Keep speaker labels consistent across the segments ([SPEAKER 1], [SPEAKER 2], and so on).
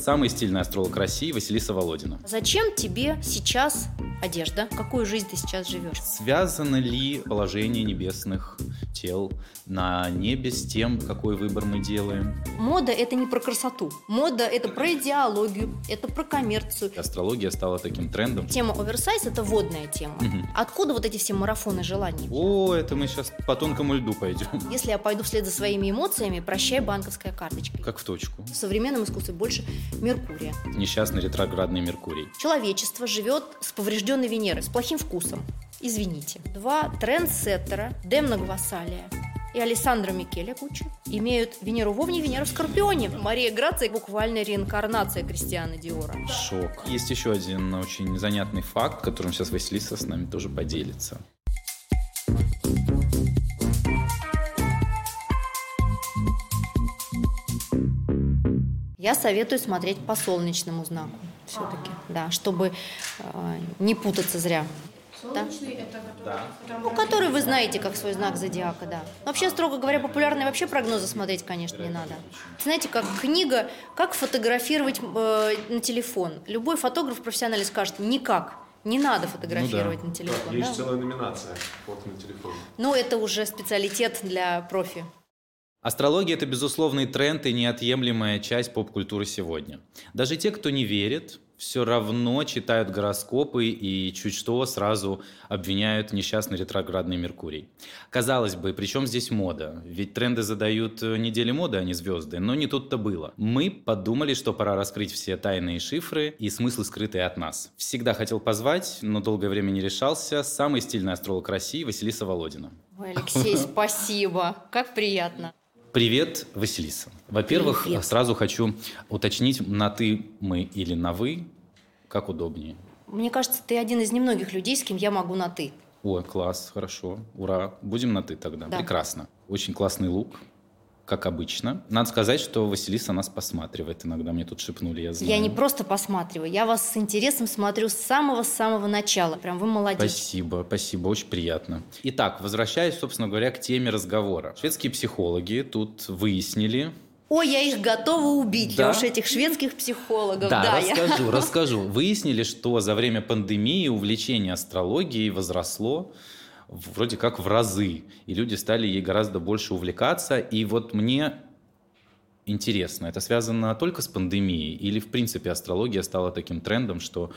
[SPEAKER 1] самый стильный астролог России Василиса Володина.
[SPEAKER 2] Зачем тебе сейчас одежда? Какую жизнь ты сейчас живешь?
[SPEAKER 1] Связано ли положение небесных тел на небе с тем, какой выбор мы делаем?
[SPEAKER 2] Мода – это не про красоту. Мода – это про идеологию, это про коммерцию.
[SPEAKER 1] Астрология стала таким трендом.
[SPEAKER 2] Тема оверсайз – это водная тема. Откуда вот эти все марафоны желаний?
[SPEAKER 1] О, это мы сейчас по тонкому льду пойдем.
[SPEAKER 2] Если я пойду вслед за своими эмоциями, прощай банковская карточка.
[SPEAKER 1] Как в точку.
[SPEAKER 2] В современном искусстве больше Меркурия.
[SPEAKER 1] Несчастный ретроградный Меркурий.
[SPEAKER 2] Человечество живет с поврежденной Венерой, с плохим вкусом. Извините. Два трендсеттера, Демна Гвасалия и Алессандро Микеле Гуччи, имеют Венеру в Овне, Венеру в Скорпионе. Мария Грация – буквальная реинкарнация Кристиана Диора.
[SPEAKER 1] Шок. Есть еще один очень занятный факт, которым сейчас Василиса с нами тоже поделится.
[SPEAKER 2] Я советую смотреть по солнечному знаку все-таки, да, чтобы не путаться зря.
[SPEAKER 3] Солнечный – это который…
[SPEAKER 2] Ну, который вы знаете как свой знак зодиака, да. Вообще, строго говоря, популярные вообще прогнозы смотреть, конечно, не надо. Знаете, как книга «Как фотографировать на телефон». Любой фотограф профессиональный скажет «никак». Не надо фотографировать на телефон.
[SPEAKER 4] Есть целая номинация «Фото на телефон».
[SPEAKER 2] Ну, это уже специалитет для профи.
[SPEAKER 1] Астрология – это безусловный тренд и неотъемлемая часть поп-культуры сегодня. Даже те, кто не верит, все равно читают гороскопы и чуть что сразу обвиняют несчастный ретроградный Меркурий. Казалось бы, при чем здесь мода? Ведь тренды задают недели моды, а не звезды. Но не тут-то было. Мы подумали, что пора раскрыть все тайные шифры и смыслы, скрытые от нас. Всегда хотел позвать, но долгое время не решался. Самый стильный астролог России Василиса Володина.
[SPEAKER 2] Ой, Алексей, спасибо. Как приятно.
[SPEAKER 1] Привет, Василиса. Во-первых,
[SPEAKER 2] Привет.
[SPEAKER 1] Сразу хочу уточнить, на «ты» мы или на «вы», как удобнее.
[SPEAKER 2] Мне кажется, ты один из немногих людей, с кем я могу на «ты».
[SPEAKER 1] Ой, класс, хорошо, ура. Будем на «ты» тогда.
[SPEAKER 2] Да.
[SPEAKER 1] Прекрасно. Очень классный лук, как обычно. Надо сказать, что Василиса нас посматривает. Иногда мне тут шепнули, я знаю.
[SPEAKER 2] Я не просто посматриваю, я вас с интересом смотрю с самого-самого начала. Прям вы молодец.
[SPEAKER 1] Спасибо, очень приятно. Итак, возвращаясь, собственно говоря, к теме разговора. Шведские психологи тут выяснили...
[SPEAKER 2] Ой, я их готова убить,
[SPEAKER 1] Да?
[SPEAKER 2] Лёш, этих шведских психологов.
[SPEAKER 1] Да,
[SPEAKER 2] я-
[SPEAKER 1] расскажу. Выяснили, что за время пандемии увлечение астрологией возросло вроде как в разы. И люди стали ей гораздо больше увлекаться. И вот мне интересно, это связано только с пандемией? Или, в принципе, астрология стала таким трендом, что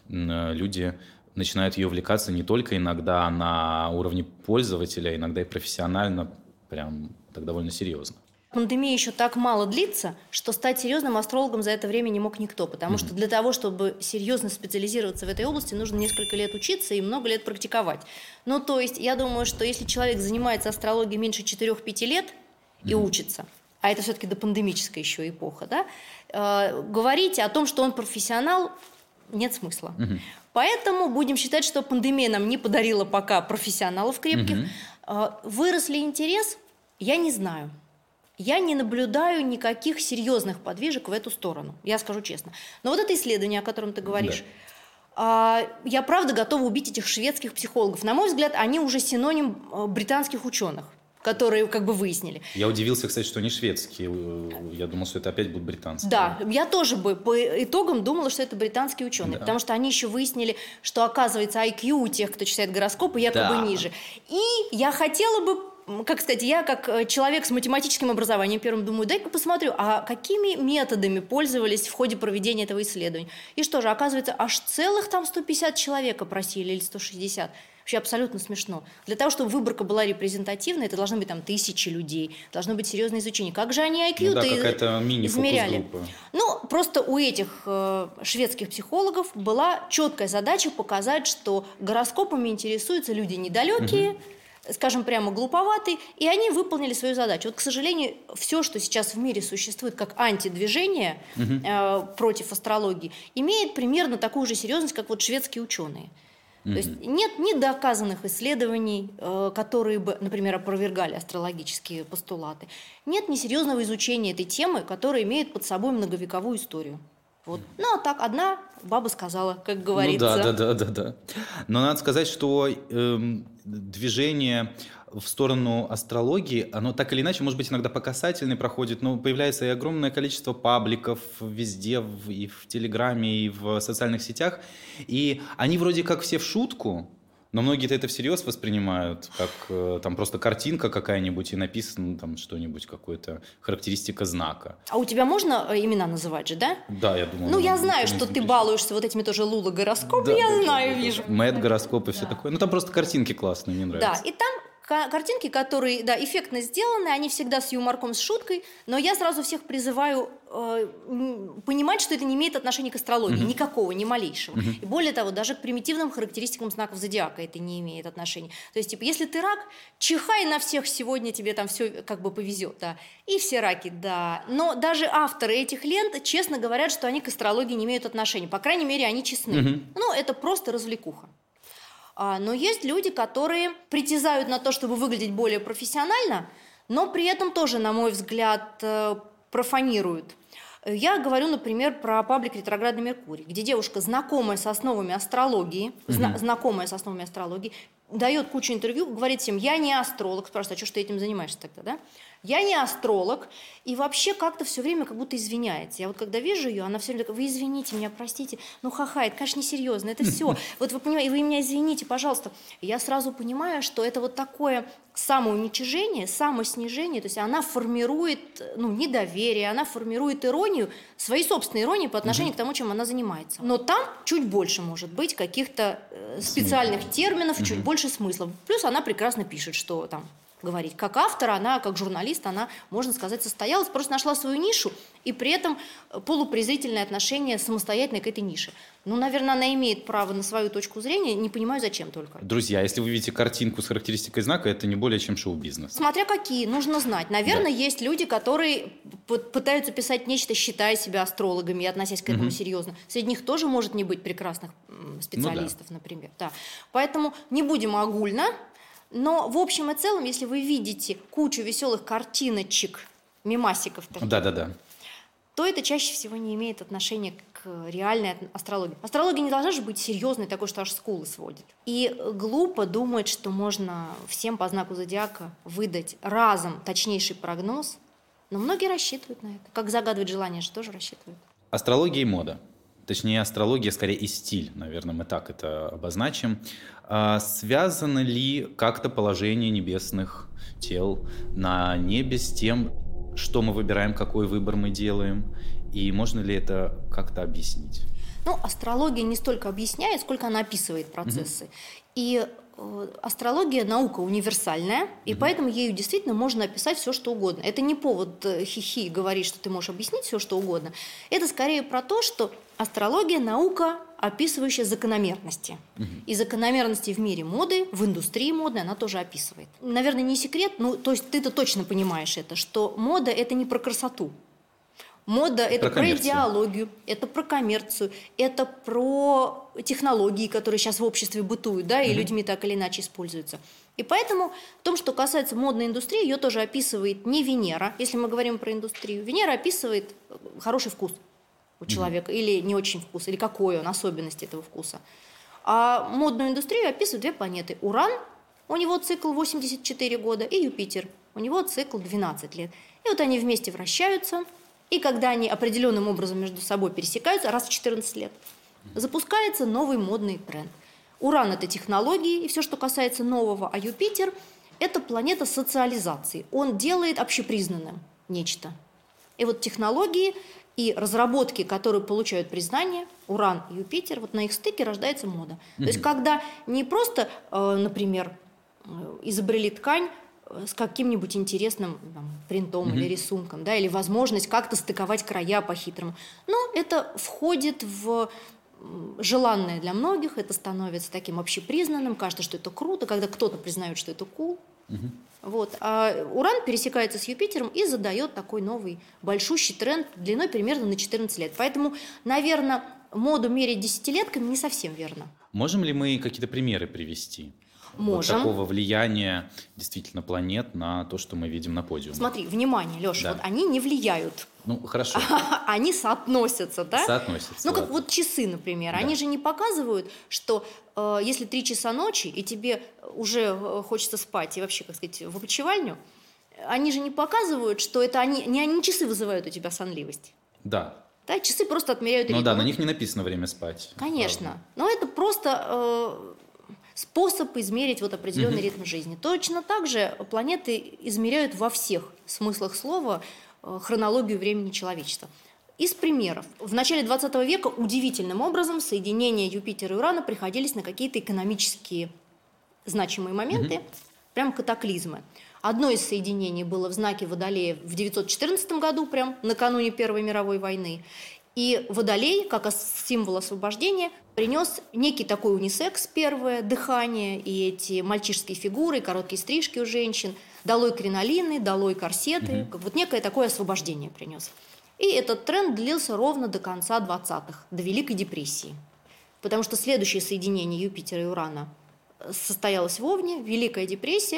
[SPEAKER 1] люди начинают ее увлекаться не только иногда на уровне пользователя, иногда и профессионально, прям так довольно серьезно?
[SPEAKER 2] Пандемия еще так мало длится, что стать серьезным астрологом за это время не мог никто, потому что для того, чтобы серьезно специализироваться в этой области, нужно несколько лет учиться и много лет практиковать. Ну, то есть, я думаю, что если человек занимается астрологией меньше 4-5 лет и учится, а это все-таки допандемическая еще эпоха, да, говорить о том, что он профессионал, нет смысла. Поэтому будем считать, что пандемия нам не подарила пока профессионалов крепких. Вырос ли интерес? Я не знаю. Я не наблюдаю никаких серьезных подвижек в эту сторону, я скажу честно. Но вот это исследование, о котором ты говоришь, я правда готова убить этих шведских психологов. На мой взгляд, они уже синоним британских ученых, которые как бы выяснили.
[SPEAKER 1] Я удивился, кстати, что они шведские. Я думал, что это опять будут британские.
[SPEAKER 2] Да, я тоже бы по итогам думала, что это британские ученые, потому что они еще выяснили, что, оказывается, IQ у тех, кто читает гороскопы, якобы ниже. И я хотела бы, как сказать, я как человек с математическим образованием первым думаю, дай-ка посмотрю, а какими методами пользовались в ходе проведения этого исследования. И что же, оказывается, аж целых там 150 человек опросили или 160. Вообще абсолютно смешно. Для того, чтобы выборка была репрезентативной, это должны быть там 1000 людей, должно быть серьезное изучение. Как же они IQ-то
[SPEAKER 1] какая-то
[SPEAKER 2] измеряли?
[SPEAKER 1] мини-фокус-группа.
[SPEAKER 2] Ну, просто у этих шведских психологов была четкая задача показать, что гороскопами интересуются люди недалекие, скажем прямо, глуповатые, и они выполнили свою задачу. Вот, к сожалению, все, что сейчас в мире существует как антидвижение против астрологии, имеет примерно такую же серьезность, как вот шведские ученые. То есть нет недоказанных исследований, которые бы, например, опровергали астрологические постулаты. Нет несерьезного изучения этой темы, которая имеет под собой многовековую историю. Вот. Ну, а так, одна баба сказала, как говорится.
[SPEAKER 1] Ну да. Но надо сказать, что движение в сторону астрологии, оно так или иначе, может быть, иногда по касательной проходит, но появляется и огромное количество пабликов везде, и в Телеграме, и в социальных сетях. И они вроде как все в шутку, но многие-то это всерьез воспринимают, как там просто картинка какая-нибудь и написано там что-нибудь, какая-то характеристика знака.
[SPEAKER 2] А у тебя можно имена называть же, да?
[SPEAKER 1] Да, я думаю.
[SPEAKER 2] Ну, я знаю, что ты балуешься вот этими тоже Лула-гороскопами, я знаю, вижу.
[SPEAKER 1] Мэт-гороскоп и все такое. Ну, там просто картинки классные, мне нравятся.
[SPEAKER 2] Да, и там картинки, которые, да, эффектно сделаны, они всегда с юморком, с шуткой, но я сразу всех призываю понимать, что это не имеет отношения к астрологии, никакого, ни малейшего. И более того, даже к примитивным характеристикам знаков зодиака это не имеет отношения. То есть, типа, если ты рак, чихай на всех сегодня, тебе там все как бы повезет, да. И все раки, да. Но даже авторы этих лент честно говорят, что они к астрологии не имеют отношения. По крайней мере, они честны. Ну, это просто развлекуха. Но есть люди, которые притязают на то, чтобы выглядеть более профессионально, но при этом тоже, на мой взгляд, профанируют. Я говорю, например, про паблик «Ретроградный Меркурий», где девушка, знакомая с основами астрологии, дает кучу интервью, говорит всем: я не астролог. Спрашивают: а что ж ты этим занимаешься тогда, да? Я не астролог, и вообще как-то все время как будто извиняется. Я вот когда вижу ее, она все время такая: вы извините меня, простите, ну ха-ха, это, конечно, несерьезно, это все. Вот вы понимаете, вы меня извините, пожалуйста. И я сразу понимаю, что это вот такое самоуничижение, самоснижение, то есть она формирует, ну, недоверие, она формирует иронию, свои собственные иронии по отношению к тому, чем она занимается. Но там чуть больше может быть каких-то специальных терминов, чуть больше смыслов. Плюс она прекрасно пишет, что там говорить. Как автор, она, как журналист, она, можно сказать, состоялась, просто нашла свою нишу и при этом полупрезрительное отношение самостоятельно к этой нише. Ну, наверное, она имеет право на свою точку зрения, не понимаю, зачем только.
[SPEAKER 1] Друзья, если вы видите картинку с характеристикой знака, это не более чем шоу-бизнес.
[SPEAKER 2] Смотря какие, нужно знать. Наверное, есть люди, которые пытаются писать нечто, считая себя астрологами и относясь к этому серьезно. Среди них тоже может не быть прекрасных специалистов, например. Да. Поэтому не будем огульно. Но в общем и целом, если вы видите кучу веселых картиночек, мемасиков, то это чаще всего не имеет отношения к реальной астрологии. Астрология не должна же быть серьезной, такой, что аж скулы сводит. И глупо думать, что можно всем по знаку зодиака выдать разом точнейший прогноз, но многие рассчитывают на это. Как загадывать желание же тоже рассчитывают.
[SPEAKER 1] Астрология и мода. Точнее, астрология скорее и стиль, наверное, мы так это обозначим. Связано ли как-то положение небесных тел на небе с тем, что мы выбираем, какой выбор мы делаем? И можно ли это как-то объяснить?
[SPEAKER 2] Ну, астрология не столько объясняет, сколько она описывает процессы. И астрология – наука универсальная, и поэтому ею действительно можно описать все, что угодно. Это не повод хихи говорить, что ты можешь объяснить все, что угодно. Это скорее про то, что астрология – наука, описывающая закономерности. И закономерности в мире моды, в индустрии модной она тоже описывает. Наверное, не секрет, ну, то есть ты-то точно понимаешь это, что мода – это не про красоту. Мода – это про идеологию, это про коммерцию, это про технологии, которые сейчас в обществе бытуют, да, и людьми так или иначе используются. И поэтому в том, что касается модной индустрии, ее тоже описывает не Венера, если мы говорим про индустрию. Венера описывает хороший вкус у человека, или не очень вкус, или какой он, особенности этого вкуса. А модную индустрию описывают две планеты. Уран, у него цикл 84 года, и Юпитер, у него цикл 12 лет. И вот они вместе вращаются. И когда они определенным образом между собой пересекаются, раз в 14 лет, запускается новый модный тренд. Уран – это технологии и все, что касается нового, а Юпитер – это планета социализации. Он делает общепризнанным нечто. И вот технологии и разработки, которые получают признание, Уран и Юпитер, вот на их стыке рождается мода. То есть когда не просто, например, изобрели ткань с каким-нибудь интересным принтом или рисунком, да, или возможность как-то стыковать края по-хитрому. Но это входит в желанное для многих, это становится таким общепризнанным, кажется, что это круто, когда кто-то признает, что это cool. Вот. А Уран пересекается с Юпитером и задает такой новый большущий тренд длиной примерно на 14 лет. Поэтому, наверное, моду мерить десятилетками не совсем верно.
[SPEAKER 1] Можем ли мы какие-то примеры привести?
[SPEAKER 2] Можем.
[SPEAKER 1] Вот такого влияния действительно планет на то, что мы видим на подиуме.
[SPEAKER 2] Смотри, внимание, Леша, вот они не влияют
[SPEAKER 1] Ну, хорошо.
[SPEAKER 2] Они соотносятся, да?
[SPEAKER 1] Соотносятся.
[SPEAKER 2] Ну, как
[SPEAKER 1] ладно.
[SPEAKER 2] вот часы, например.
[SPEAKER 1] Да.
[SPEAKER 2] Они же не показывают, что если 3 часа ночи, и тебе уже хочется спать, и вообще, как сказать, в опочивальню, они же не показывают, что это не они часы вызывают у тебя сонливость.
[SPEAKER 1] Да.
[SPEAKER 2] Да, часы просто отмеряют ритм.
[SPEAKER 1] Ну да, на них не написано время спать.
[SPEAKER 2] Конечно. Но это просто способ измерить вот определенный ритм жизни. Точно так же планеты измеряют во всех смыслах слова хронологию времени человечества. Из примеров. В начале 20 века удивительным образом соединения Юпитера и Урана приходились на какие-то экономические значимые моменты, прям катаклизмы. Одно из соединений было в знаке Водолея в 914 году, прям накануне Первой мировой войны. И Водолей, как символ освобождения, принес некий такой унисекс, первое дыхание, и эти мальчишеские фигуры, короткие стрижки у женщин, долой кринолины, долой корсеты, как вот некое такое освобождение принес. И этот тренд длился ровно до конца 20-х, до Великой депрессии. Потому что следующее соединение Юпитера и Урана состоялось в Овне, Великая депрессия.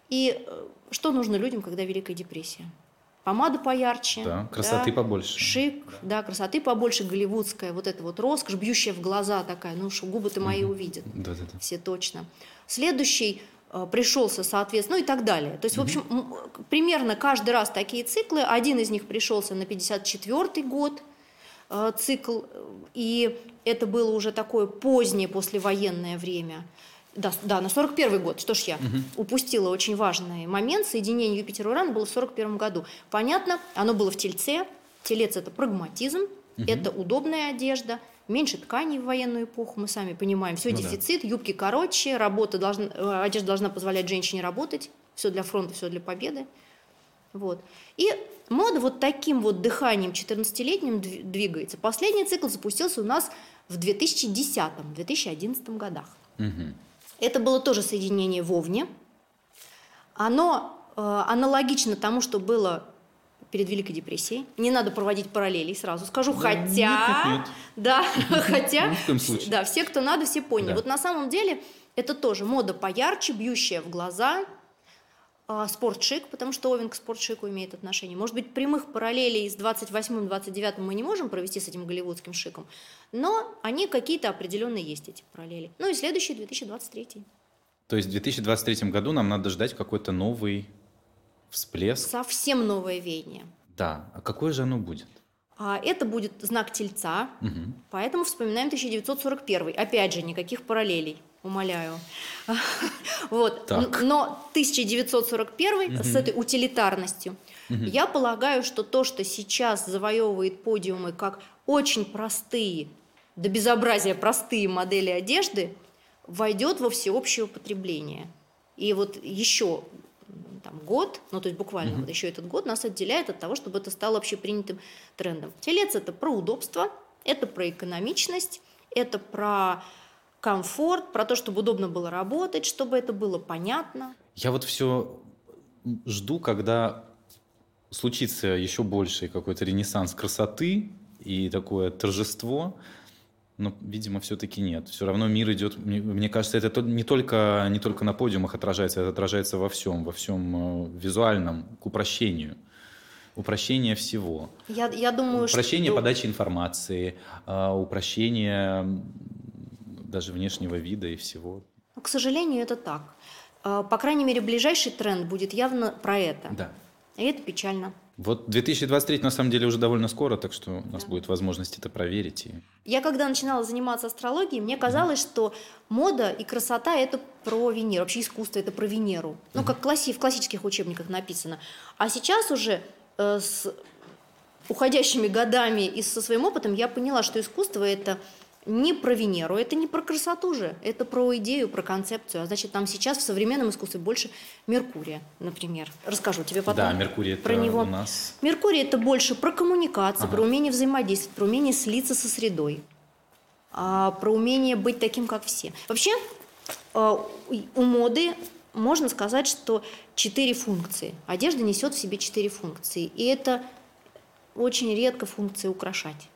[SPEAKER 2] И что нужно людям, когда Великая депрессия? Помада поярче.
[SPEAKER 1] Да, красоты побольше.
[SPEAKER 2] Шик, да, красоты побольше, голливудская, вот эта вот роскошь, бьющая в глаза такая, ну что губы-то мои увидят.
[SPEAKER 1] Да.
[SPEAKER 2] Все точно. Следующий пришелся, соответственно, ну и так далее. То есть, в общем, примерно каждый раз такие циклы. Один из них пришелся на 54-й год, цикл, и это было уже такое позднее послевоенное время. Да, на 41 год. Что ж я упустила очень важный момент. Соединение Юпитера и Урана было в 41 году. Понятно, оно было в Тельце. Телец – это прагматизм, это удобная одежда, меньше тканей в военную эпоху, мы сами понимаем. Все дефицит, юбки короче, одежда должна позволять женщине работать. Все для фронта, все для победы. Вот. И мода вот таким вот дыханием 14-летним двигается. Последний цикл запустился у нас в 2010-2011 годах. Это было тоже соединение в Овне. Оно аналогично тому, что было перед Великой депрессией. Не надо проводить параллелей, сразу скажу. Хотя, все, кто надо, все поняли.
[SPEAKER 1] Да.
[SPEAKER 2] Вот на самом деле это тоже мода поярче, бьющая в глаза, спортшик, потому что Овен к спортшику имеет отношение. Может быть, прямых параллелей с 28-м, 29-м мы не можем провести с этим голливудским шиком, но они какие-то определенные есть, эти параллели. Ну и следующий 2023.
[SPEAKER 1] То есть в 2023 году нам надо ждать какой-то новый всплеск.
[SPEAKER 2] Совсем новое веяние.
[SPEAKER 1] Да. А какое же оно будет?
[SPEAKER 2] Это будет знак Тельца, поэтому вспоминаем 1941. Опять же, никаких параллелей, умоляю. Вот. Но 1941 с этой утилитарностью, я полагаю, что то, что сейчас завоевывает подиумы как очень простые, до безобразия простые модели одежды, войдет во всеобщее употребление. И вот еще год, ну то есть буквально вот еще этот год нас отделяет от того, чтобы это стало общепринятым трендом. Телец – это про удобство, это про экономичность, это про комфорт, про то, чтобы удобно было работать, чтобы это было понятно.
[SPEAKER 1] Я вот все жду, когда случится еще больший какой-то ренессанс красоты и такое торжество. Но, видимо, все-таки нет. Все равно мир идет, мне кажется, это не только на подиумах отражается, это отражается во всем визуальном, к упрощению. Упрощение всего.
[SPEAKER 2] Я думаю,
[SPEAKER 1] упрощение подачи информации, упрощение даже внешнего вида и всего.
[SPEAKER 2] К сожалению, это так. По крайней мере, ближайший тренд будет явно про это.
[SPEAKER 1] Да.
[SPEAKER 2] И это печально.
[SPEAKER 1] Вот 2023 на самом деле уже довольно скоро, так что у нас будет возможность это проверить.
[SPEAKER 2] Я когда начинала заниматься астрологией, мне казалось, что мода и красота – это про Венеру, вообще искусство – это про Венеру. Ну, как в классических учебниках написано. А сейчас уже с уходящими годами и со своим опытом я поняла, что искусство – это не про Венеру, это не про красоту же, это про идею, про концепцию. А значит, там сейчас в современном искусстве больше Меркурия, например. Расскажу тебе потом.
[SPEAKER 1] Да, Меркурий
[SPEAKER 2] про
[SPEAKER 1] это
[SPEAKER 2] него.
[SPEAKER 1] У нас.
[SPEAKER 2] Меркурий это больше про коммуникацию, про умение взаимодействовать, про умение слиться со средой, про умение быть таким, как все. Вообще, у моды можно сказать, что 4 функции. Одежда несет в себе 4 функции. И это очень редко функция украшать.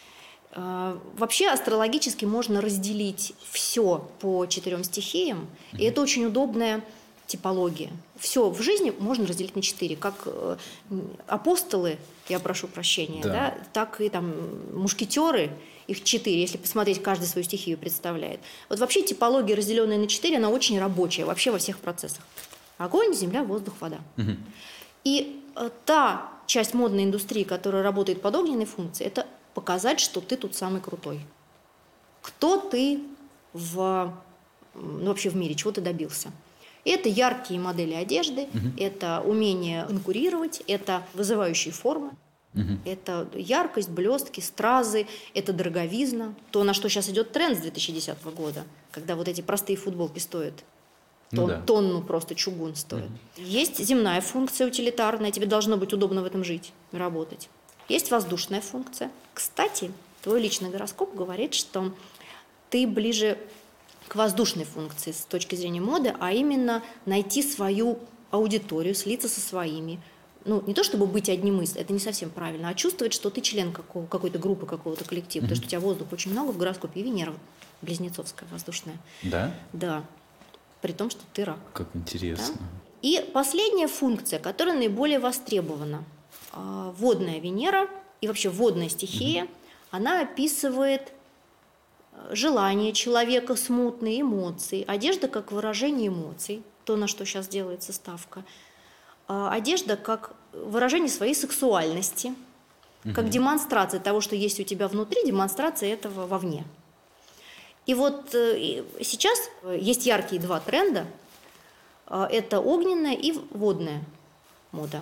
[SPEAKER 2] Вообще астрологически можно разделить все по 4 стихиям, и это очень удобная типология. Все в жизни можно разделить на 4. Как апостолы, я прошу прощения, да, так и там мушкетеры, их 4, если посмотреть, каждый свою стихию представляет. Вот вообще типология, разделенная на 4, она очень рабочая вообще во всех процессах. Огонь, земля, воздух, вода. И та часть модной индустрии, которая работает под огненной функцией, это показать, что ты тут самый крутой. Кто ты вообще в мире, чего ты добился. И это яркие модели одежды, это умение конкурировать, это вызывающие формы, это яркость, блестки, стразы, это дороговизна. То, на что сейчас идет тренд с 2010 года, когда вот эти простые футболки стоят тонну, просто чугун стоит. Есть земная функция утилитарная, тебе должно быть удобно в этом жить, работать. Есть воздушная функция. Кстати, твой личный гороскоп говорит, что ты ближе к воздушной функции с точки зрения моды, а именно найти свою аудиторию, слиться со своими. Ну, не то чтобы быть одним из, это не совсем правильно, а чувствовать, что ты член какой-то группы, какого-то коллектива, потому что у тебя воздуха очень много в гороскопе, и Венера близнецовская, воздушная.
[SPEAKER 1] Да?
[SPEAKER 2] Да. При том, что ты рак.
[SPEAKER 1] Как интересно.
[SPEAKER 2] Да? И последняя функция, которая наиболее востребована. Водная Венера и вообще водная стихия, она описывает желания человека, смутные эмоции. Одежда как выражение эмоций, то, на что сейчас делается ставка. Одежда как выражение своей сексуальности, как демонстрация того, что есть у тебя внутри, демонстрация этого вовне. И вот сейчас есть яркие два тренда. Это огненная и водная мода.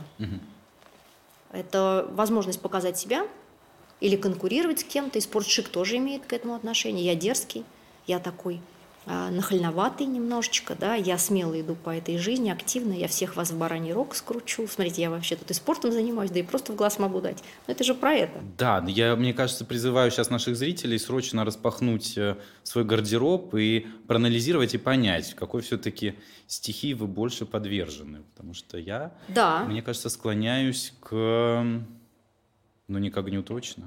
[SPEAKER 2] Это возможность показать себя или конкурировать с кем-то. И спортшик тоже имеет к этому отношение. Я дерзкий, я такой нахальноватый немножечко, да, я смело иду по этой жизни, активно, я всех вас в бараний рог скручу. Смотрите, я вообще тут и спортом занимаюсь, да и просто в глаз могу дать. Но это же про это.
[SPEAKER 1] Да, я, мне кажется, призываю сейчас наших зрителей срочно распахнуть свой гардероб и проанализировать и понять, какой все-таки стихии вы больше подвержены. Потому что я, мне кажется, склоняюсь к, не к огню точно,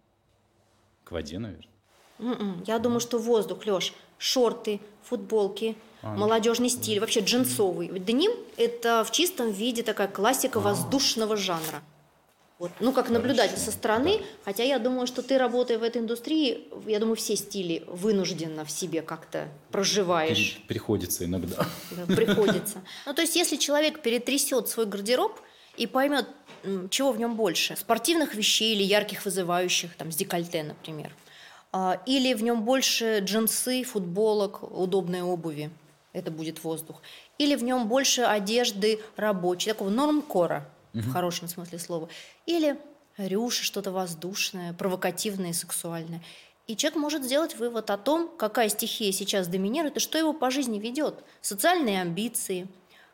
[SPEAKER 1] к воде, наверное.
[SPEAKER 2] Я думаю, что воздух, Леш, шорты, футболки, молодежный стиль, вообще джинсовый. Деним – это в чистом виде такая классика воздушного жанра. Вот. Ну, как наблюдатель со стороны, хотя я думаю, что ты, работая в этой индустрии, я думаю, все стили вынужденно в себе как-то проживаешь.
[SPEAKER 1] Приходится иногда.
[SPEAKER 2] Да, приходится. Ну, то есть, если человек перетрясет свой гардероб и поймет, чего в нем больше, спортивных вещей или ярких вызывающих, там, с декольте, например, или в нем больше джинсы, футболок, удобной обуви, это будет воздух, или в нем больше одежды рабочей, такого нормкора, в хорошем смысле слова, или рюши, что-то воздушное, провокативное, сексуальное. И человек может сделать вывод о том, какая стихия сейчас доминирует и что его по жизни ведет. Социальные амбиции,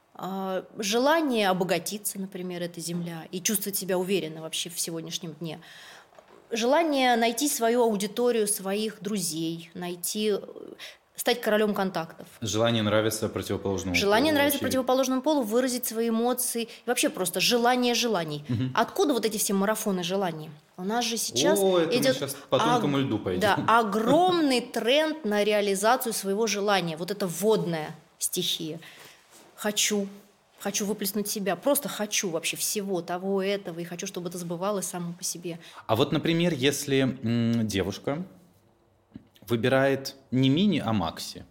[SPEAKER 2] желание обогатиться, например, эта земля, и чувствовать себя уверенно вообще в сегодняшнем дне. Желание найти свою аудиторию, своих друзей, стать королем контактов.
[SPEAKER 1] Желание нравиться противоположному полу.
[SPEAKER 2] Желание нравиться противоположному полу, выразить свои эмоции. И вообще просто желание желаний. Откуда вот эти все марафоны желаний? У нас же сейчас идет
[SPEAKER 1] сейчас по тонкому льду пойдем.
[SPEAKER 2] Да, огромный тренд на реализацию своего желания. Вот это водная стихия. Хочу выплеснуть себя, просто хочу вообще всего того, этого, и хочу, чтобы это сбывалось само по себе.
[SPEAKER 1] А вот, например, если девушка выбирает не мини, а макси,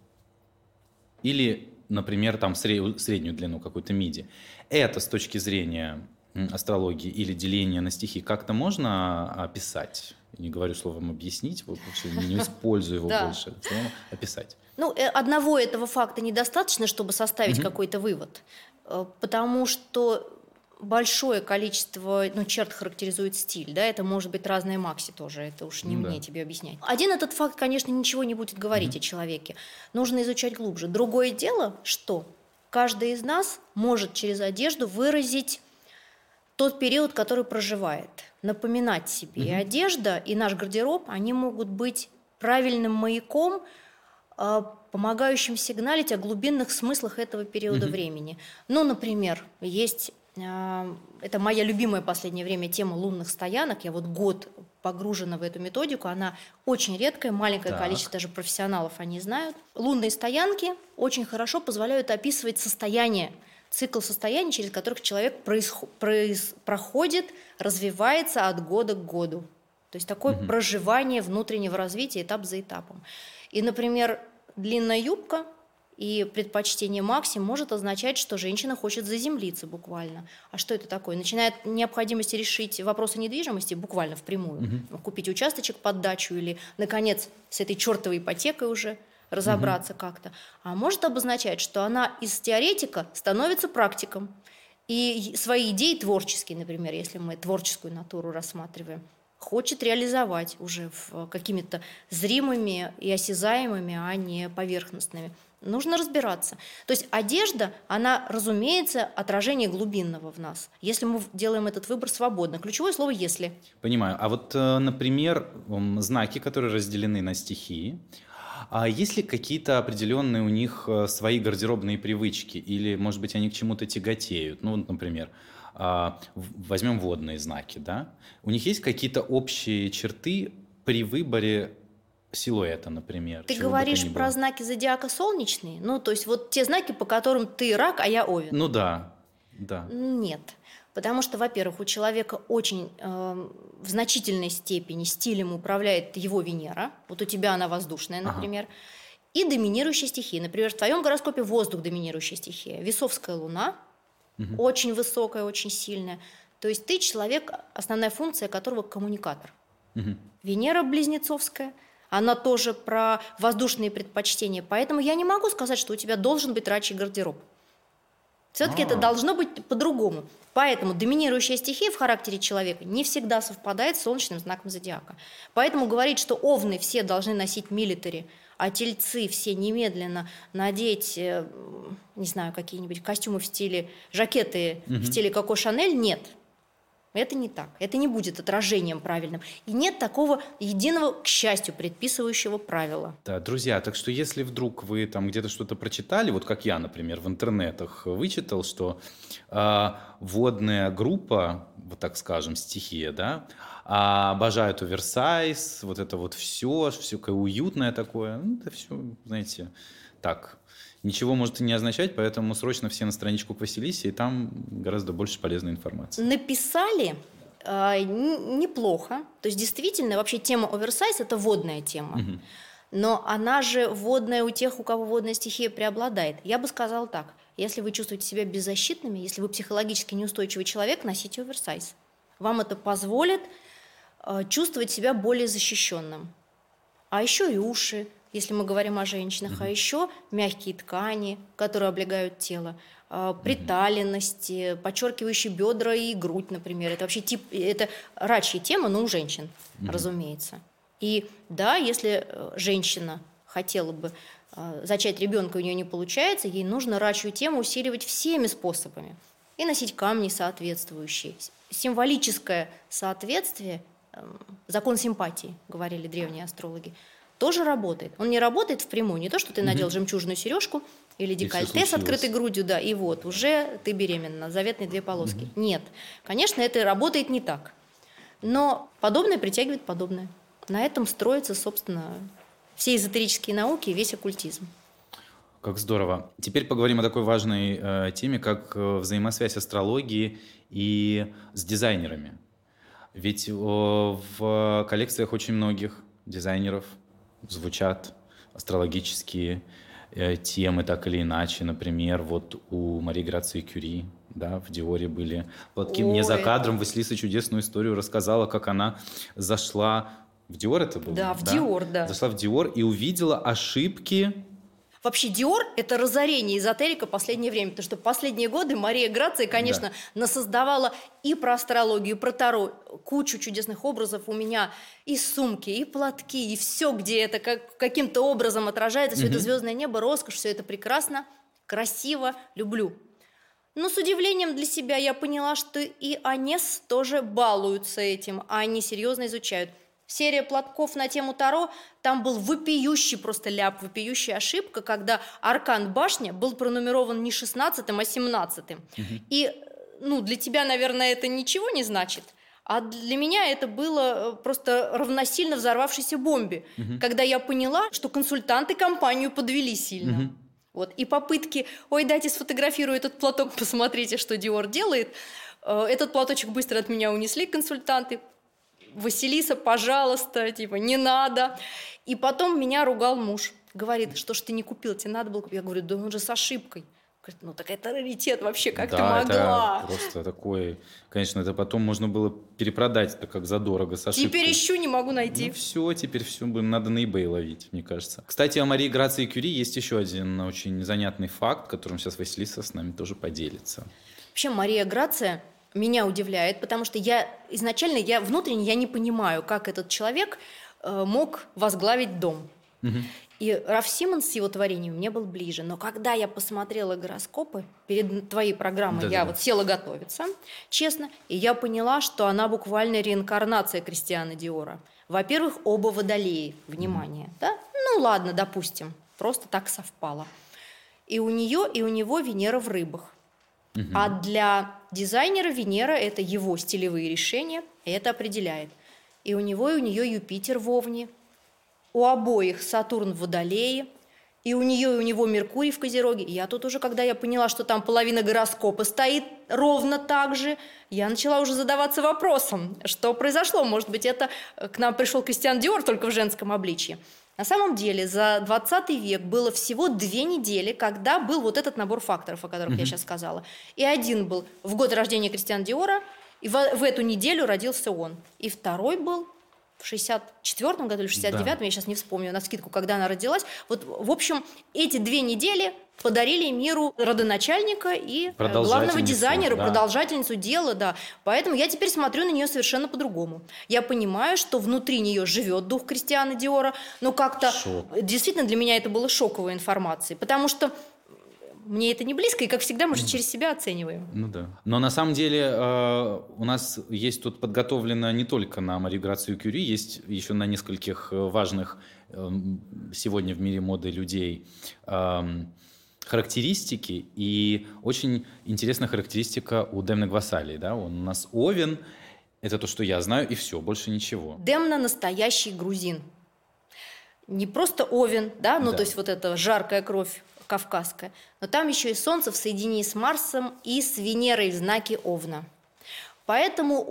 [SPEAKER 1] или, например, там среднюю длину какой-то миди, это с точки зрения астрологии или деления на стихи как-то можно описать? Не говорю словом объяснить, вообще не использую его больше, словом описать.
[SPEAKER 2] Ну, одного этого факта недостаточно, чтобы составить какой-то вывод. Потому что большое количество черт характеризует стиль. Да? Это может быть разные макси тоже. Это уж не мне тебе объяснять. Один этот факт, конечно, ничего не будет говорить о человеке. Нужно изучать глубже. Другое дело, что каждый из нас может через одежду выразить тот период, который проживает. Напоминать себе. И одежда, и наш гардероб, они могут быть правильным маяком, помогающим сигналить о глубинных смыслах этого периода времени. Ну, например, есть, это моя любимая в последнее время тема лунных стоянок. Я вот год погружена в эту методику. Она очень редкая, маленькое количество даже профессионалов они знают. Лунные стоянки очень хорошо позволяют описывать состояние, цикл состояний, через которых человек проходит, развивается от года к году. То есть такое проживание внутреннего развития этап за этапом. И, например, длинная юбка и предпочтение Макси может означать, что женщина хочет заземлиться буквально. А что это такое? Начинает необходимости решить вопросы недвижимости буквально впрямую. Купить участочек под дачу или, наконец, с этой чертовой ипотекой уже разобраться как-то. А может обозначать, что она из теоретика становится практиком. И свои идеи творческие, например, если мы творческую натуру рассматриваем, хочет реализовать уже какими-то зримыми и осязаемыми, а не поверхностными. Нужно разбираться. То есть одежда, она, разумеется, отражение глубинного в нас, если мы делаем этот выбор свободно. Ключевое слово «если».
[SPEAKER 1] Понимаю. А вот, например, знаки, которые разделены на стихии, а есть ли какие-то определенные у них свои гардеробные привычки? Или, может быть, они к чему-то тяготеют? Ну, например, возьмем водные знаки, да? У них есть какие-то общие черты при выборе силуэта, например?
[SPEAKER 2] Ты говоришь про знаки зодиака солнечные? Ну, то есть вот те знаки, по которым ты рак, а я овен?
[SPEAKER 1] Ну да.
[SPEAKER 2] Нет. Потому что, во-первых, у человека очень в значительной степени стилем управляет его Венера. Вот у тебя она воздушная, например. И доминирующая стихия. Например, в твоем гороскопе воздух доминирующая стихия. Весовская луна, очень высокая, очень сильная. То есть ты человек, основная функция которого коммуникатор. Венера близнецовская, она тоже про воздушные предпочтения. Поэтому я не могу сказать, что у тебя должен быть рачий гардероб. Все-таки это должно быть по-другому. Поэтому доминирующая стихия в характере человека не всегда совпадает с солнечным знаком зодиака. Поэтому говорить, что овны все должны носить милитари, а тельцы все немедленно надеть, не знаю, какие-нибудь костюмы в стиле, жакеты в стиле Коко Шанель, нет. Это не так. Это не будет отражением правильным. И нет такого единого, к счастью, предписывающего правила.
[SPEAKER 1] Да, друзья, так что если вдруг вы там где-то что-то прочитали, вот как я, например, в интернетах вычитал, что водная группа, вот так скажем, стихия, да, обожают оверсайз, вот это вот все такое уютное такое, ну, это все, знаете, так. Ничего может и не означать, поэтому срочно все на страничку к Василисе, и там гораздо больше полезной информации.
[SPEAKER 2] Написали неплохо. То есть действительно вообще тема оверсайз – это водная тема. Но она же водная у тех, у кого водная стихия преобладает. Я бы сказала так. Если вы чувствуете себя беззащитными, если вы психологически неустойчивый человек, носите оверсайз. Вам это позволит чувствовать себя более защищенным. А еще и уши, если мы говорим о женщинах, а еще мягкие ткани, которые облегают тело, приталенности, подчеркивающие бедра и грудь, например. Это вообще это рачья тема, но у женщин, разумеется. И да, если женщина хотела бы зачать ребенка, у нее не получается, ей нужно рачью тему усиливать всеми способами. И носить камни соответствующие. Символическое соответствие, закон симпатии, говорили древние астрологи, тоже работает. Он не работает впрямую. Не то, что ты надел жемчужную сережку или декольте с открытой грудью, да, и вот, уже ты беременна, заветные 2 полоски. Нет. Конечно, это работает не так. Но подобное притягивает подобное. На этом строятся, собственно, все эзотерические науки и весь оккультизм.
[SPEAKER 1] Как здорово. Теперь поговорим о такой важной теме, как взаимосвязь астрологии и с дизайнерами. Ведь в коллекциях очень многих дизайнеров звучат астрологические темы так или иначе. Например, вот у Марии Грации Кюри, да, в Диоре были платки. Мне за кадром Василиса чудесную историю рассказала, как она зашла в Диор, это было?
[SPEAKER 2] Да, в Диор, да.
[SPEAKER 1] Зашла в Диор и увидела ошибки.
[SPEAKER 2] Вообще Диор – это разорение эзотерика в последнее время, потому что в последние годы Мария Грация, конечно, насоздавала и про астрологию, и про Таро кучу чудесных образов. У меня и сумки, и платки, и все, где это каким-то образом отражается, все это звездное небо, роскошь, все это прекрасно, красиво, люблю. Но с удивлением для себя я поняла, что и Анес тоже балуются этим, а они серьезно изучают. Серия платков на тему Таро, там был вопиющий просто ляп, вопиющая ошибка, когда аркан башня был пронумерован не 16-м, а 17-м. И для тебя, наверное, это ничего не значит, А для меня это было просто равносильно взорвавшейся бомбе, когда я поняла, что консультанты компанию подвели сильно. Вот. И попытки, ой, дайте сфотографирую этот платок, посмотрите, что Dior делает. Этот платочек быстро от меня унесли консультанты. Василиса, пожалуйста, типа, не надо. И потом меня ругал муж. Говорит, что ж ты не купил, тебе надо было купить. Я говорю, да он же с ошибкой. Говорит, ну так это раритет вообще, как ты могла?
[SPEAKER 1] Это просто такое, конечно, это потом можно было перепродать, это как задорого, с ошибкой.
[SPEAKER 2] Теперь ищу, не могу найти.
[SPEAKER 1] Ну все, теперь все надо на eBay ловить, мне кажется. Кстати, о Марии Грации Кюри есть еще один очень занятный факт, которым сейчас Василиса с нами тоже поделится.
[SPEAKER 2] Вообще Мария Грация меня удивляет, потому что изначально внутренне не понимаю, как этот человек мог возглавить дом. И Раф Симонс с его творением мне был ближе. Но когда я посмотрела гороскопы перед твоей программой, я вот села готовиться, честно, и я поняла, что она буквально реинкарнация Кристиана Диора. Во-первых, оба водолеи, внимание, да? Ну ладно, допустим, просто так совпало. И у нее, и у него Венера в рыбах. А для дизайнера Венера – это его стилевые решения, и это определяет. И у него, и у нее Юпитер в Овне. У обоих Сатурн в Водолее, и у нее, и у него Меркурий в Козероге. И я тут уже, когда я поняла, что там половина гороскопа стоит ровно так же, я начала уже задаваться вопросом, что произошло. Может быть, это к нам пришел Кристиан Диор только в женском обличье. На самом деле, за 20 век было всего 2 недели, когда был вот этот набор факторов, о которых я сейчас сказала. И один был в год рождения Кристиана Диора, и в эту неделю родился он. И второй был в 64-м году или в 69-м, я сейчас не вспомню навскидку, когда она родилась. Вот, в общем, эти 2 недели подарили миру родоначальника и главного дизайнера, продолжательницу дела, да. Поэтому я теперь смотрю на нее совершенно по-другому. Я понимаю, что внутри нее живет дух Кристиана Диора, но как-то действительно для меня это было шоковой информацией, потому что мне это не близко, и, как всегда, мы же через себя оцениваем.
[SPEAKER 1] Ну да. Но на самом деле у нас есть тут подготовлено не только на Марию Грацию Кюри, есть еще на нескольких важных сегодня в мире моды людей характеристики. И очень интересная характеристика у Демны Гвасалии. Да? Он у нас Овен, это то, что я знаю, и все, больше ничего.
[SPEAKER 2] Демна настоящий грузин. Не просто Овен, да, ну то есть вот эта жаркая кровь кавказская, но там еще и Солнце в соединении с Марсом и с Венерой в знаке Овна. Поэтому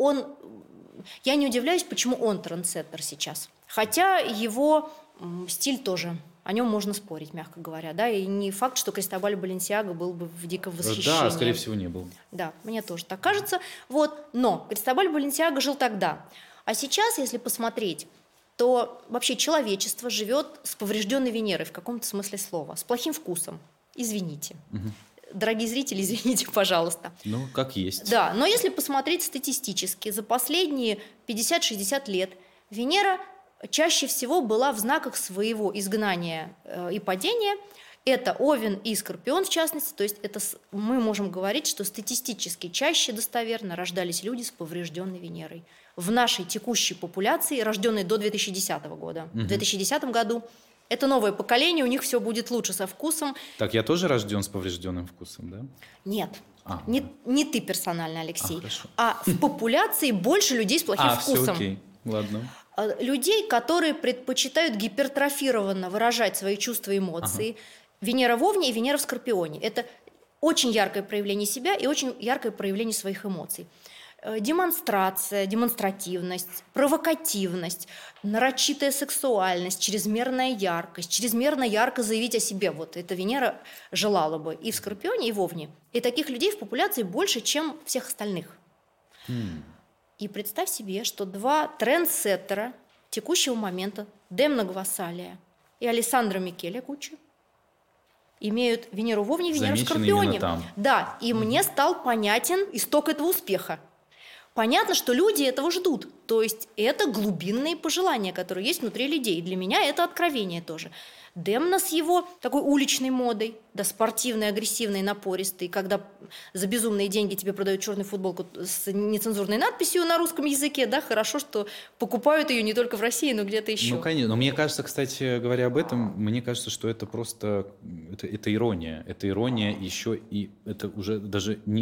[SPEAKER 2] я не удивляюсь, почему он трендсеттер сейчас. Хотя его стиль тоже, о нем можно спорить, мягко говоря, да, и не факт, что Кристобаль Баленсиаго был бы в диком восхищении.
[SPEAKER 1] Да, скорее всего, не был.
[SPEAKER 2] Да, мне тоже так кажется. Вот, но Кристобаль Баленсиаго жил тогда. А сейчас, если посмотреть, то вообще человечество живет с поврежденной Венерой в каком-то смысле слова, с плохим вкусом. Извините. Дорогие зрители, извините, пожалуйста.
[SPEAKER 1] Ну, как есть.
[SPEAKER 2] Да, но если посмотреть статистически, за последние 50-60 лет Венера чаще всего была в знаках своего изгнания и падения. Это Овен и Скорпион, в частности. То есть мы можем говорить, что статистически чаще достоверно рождались люди с поврежденной Венерой. В нашей текущей популяции, рожденной до 2010 года. В 2010 году это новое поколение, у них все будет лучше со вкусом.
[SPEAKER 1] Так, я тоже рожден с поврежденным вкусом, да?
[SPEAKER 2] Нет. Не ты персонально, Алексей.
[SPEAKER 1] Хорошо.
[SPEAKER 2] А в популяции больше людей с плохим вкусом.
[SPEAKER 1] Все окей. Ладно.
[SPEAKER 2] Людей, которые предпочитают гипертрофированно выражать свои чувства и эмоции. Венера в Овне и Венера в Скорпионе. Это очень яркое проявление себя и очень яркое проявление своих эмоций. Демонстрация, демонстративность, провокативность, нарочитая сексуальность, чрезмерная яркость, чрезмерно ярко заявить о себе. Вот эта Венера желала бы и в Скорпионе, и в Овне. И таких людей в популяции больше, чем всех остальных. И представь себе, что 2 трендсеттера текущего момента, Демна Гвасалия и Алессандро Микеле Гуччи, имеют Венеру в Овне и Венеру в Скорпионе. Да, и мне стал понятен исток этого успеха. Понятно, что люди этого ждут. То есть это глубинные пожелания, которые есть внутри людей. И для меня это откровение тоже. Демна с его такой уличной модой, да, спортивной, агрессивной, напористой, когда за безумные деньги тебе продают черную футболку с нецензурной надписью на русском языке, да, хорошо, что покупают ее не только в России, но где-то еще.
[SPEAKER 1] Ну, конечно. Но мне кажется, кстати, говоря об этом, мне кажется, что это просто, это ирония. Это ирония еще и это уже даже не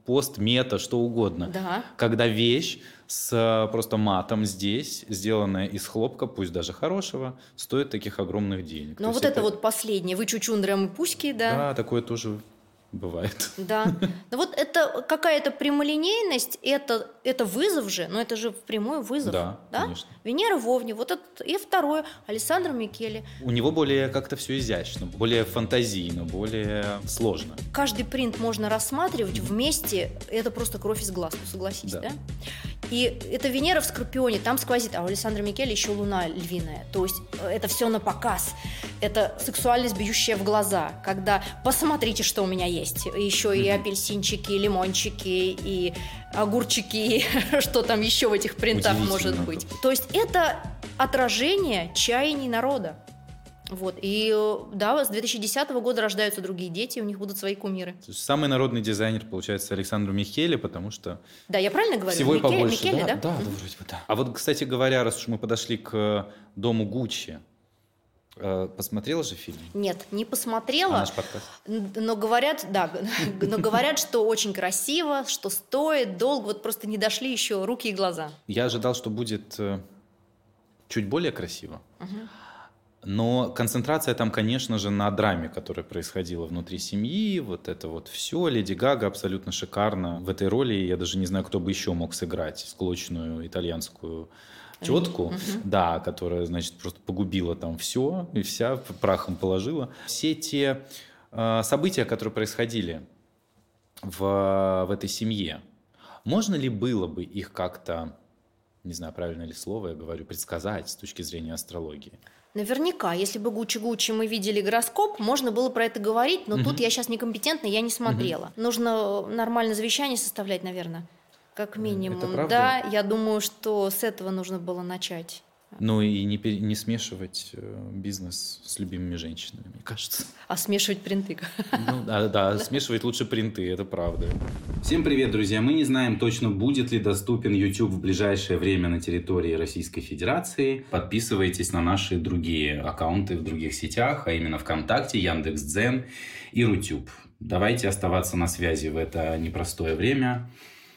[SPEAKER 1] пост, мета, что угодно.
[SPEAKER 2] Да.
[SPEAKER 1] Когда вещь с просто матом здесь, сделанная из хлопка, пусть даже хорошего, стоит таких огромных денег.
[SPEAKER 2] Но
[SPEAKER 1] То
[SPEAKER 2] вот
[SPEAKER 1] есть
[SPEAKER 2] это вот последнее. Вы чучундрам и пуськи, да?
[SPEAKER 1] Да, такое тоже бывает.
[SPEAKER 2] Да. Но вот это какая-то прямолинейность, это вызов же, но это же прямой вызов.
[SPEAKER 1] Да, конечно.
[SPEAKER 2] Венера в Овне, вот это, и второе, Алессандро Микеле.
[SPEAKER 1] У него более как-то все изящно, более фантазийно, более сложно.
[SPEAKER 2] Каждый принт можно рассматривать вместе, это просто кровь из глаз, ну согласись, да? И это Венера в Скорпионе, там сквозит, а у Алессандро Микеле еще Луна львиная. То есть это все на показ. Это сексуальность, бьющая в глаза, когда посмотрите, что у меня есть. Еще и апельсинчики, и лимончики, и огурчики, и что там еще в этих принтах может быть. То есть это отражение чаяний народа. Вот. И да, с 2010 года рождаются другие дети, у них будут свои кумиры.
[SPEAKER 1] То есть самый народный дизайнер, получается, Александр Микеле, потому что...
[SPEAKER 2] Да, я правильно говорю?
[SPEAKER 1] Всего и побольше.
[SPEAKER 2] Микеле, да?
[SPEAKER 1] Да, вроде бы да. А вот, кстати говоря, раз уж мы подошли к дому Гуччи, посмотрела же фильм?
[SPEAKER 2] Нет, не посмотрела.
[SPEAKER 1] Наш подкаст.
[SPEAKER 2] Но говорят, да, но говорят, что очень красиво, что стоит, долго, вот просто не дошли еще руки и глаза.
[SPEAKER 1] Я ожидал, что будет чуть более красиво. Но концентрация там, конечно же, на драме, которая происходила внутри семьи. Вот это вот все. Леди Гага абсолютно шикарно в этой роли. Я даже не знаю, кто бы еще мог сыграть склочную итальянскую тетку, да, которая, значит, просто погубила там все и вся прахом положила. Все те события, которые происходили в этой семье, можно ли было бы их как-то, не знаю, правильное ли слово я говорю, предсказать с точки зрения астрологии?
[SPEAKER 2] Наверняка, если бы Гуччи-Гуччи мы видели гороскоп, можно было про это говорить, но тут я сейчас некомпетентна, я не смотрела. Нужно нормальное завещание составлять, наверное, как минимум.
[SPEAKER 1] Это правда?
[SPEAKER 2] Да, я думаю, что с этого нужно было начать.
[SPEAKER 1] Ну и не смешивать бизнес с любимыми женщинами, мне кажется.
[SPEAKER 2] А смешивать принты.
[SPEAKER 1] Ну, да, смешивать лучше принты, это правда. Всем привет, друзья! Мы не знаем точно, будет ли доступен YouTube в ближайшее время на территории Российской Федерации. Подписывайтесь на наши другие аккаунты в других сетях, а именно ВКонтакте, Яндекс.Дзен и Рутюб. Давайте оставаться на связи в это непростое время.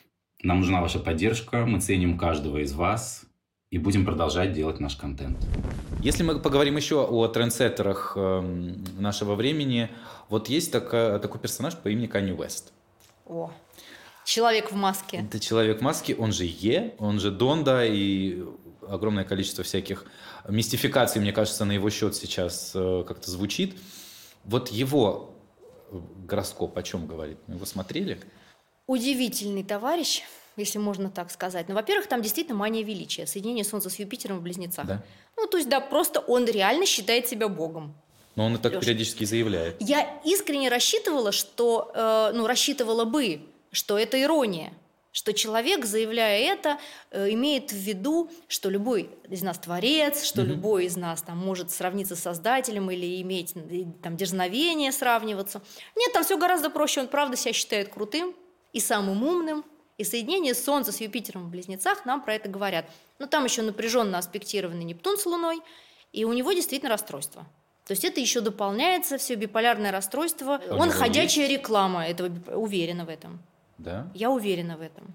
[SPEAKER 1] Нам нужна ваша поддержка, мы ценим каждого из вас. И будем продолжать делать наш контент. Если мы поговорим еще о трендсеттерах нашего времени, вот есть такой персонаж по имени Канье Уэст.
[SPEAKER 2] О, человек в маске.
[SPEAKER 1] Это человек в маске, он же он же Донда, и огромное количество всяких мистификаций, мне кажется, на его счет сейчас как-то звучит. Вот его гороскоп о чем говорит? Вы его смотрели?
[SPEAKER 2] Удивительный товарищ, если можно так сказать. Ну, во-первых, там действительно мания величия, соединение Солнца с Юпитером в Близнецах.
[SPEAKER 1] Да.
[SPEAKER 2] Ну, то есть, да, просто он реально считает себя богом.
[SPEAKER 1] Но он и так
[SPEAKER 2] Лёш,
[SPEAKER 1] периодически заявляет.
[SPEAKER 2] Я искренне рассчитывала, что, рассчитывала бы, что это ирония, что человек, заявляя это, имеет в виду, что любой из нас творец, что любой из нас там может сравниться с Создателем или иметь там дерзновение сравниваться. Нет, там все гораздо проще, он правда себя считает крутым и самым умным. И соединение Солнца с Юпитером в Близнецах нам про это говорят. Но там еще напряженно аспектированный Нептун с Луной, и у него действительно расстройство. То есть это еще дополняется, все биполярное расстройство. Он ходячая реклама этого, уверена в этом.
[SPEAKER 1] Да?
[SPEAKER 2] Я уверена в этом.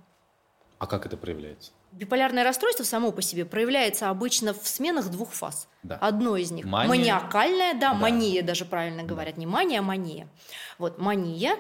[SPEAKER 1] А как это проявляется?
[SPEAKER 2] Биполярное расстройство само по себе проявляется обычно в сменах двух фаз.
[SPEAKER 1] Да.
[SPEAKER 2] Одно из них маниакальная, да, мания даже правильно говорят, не мания, а мания. Вот мания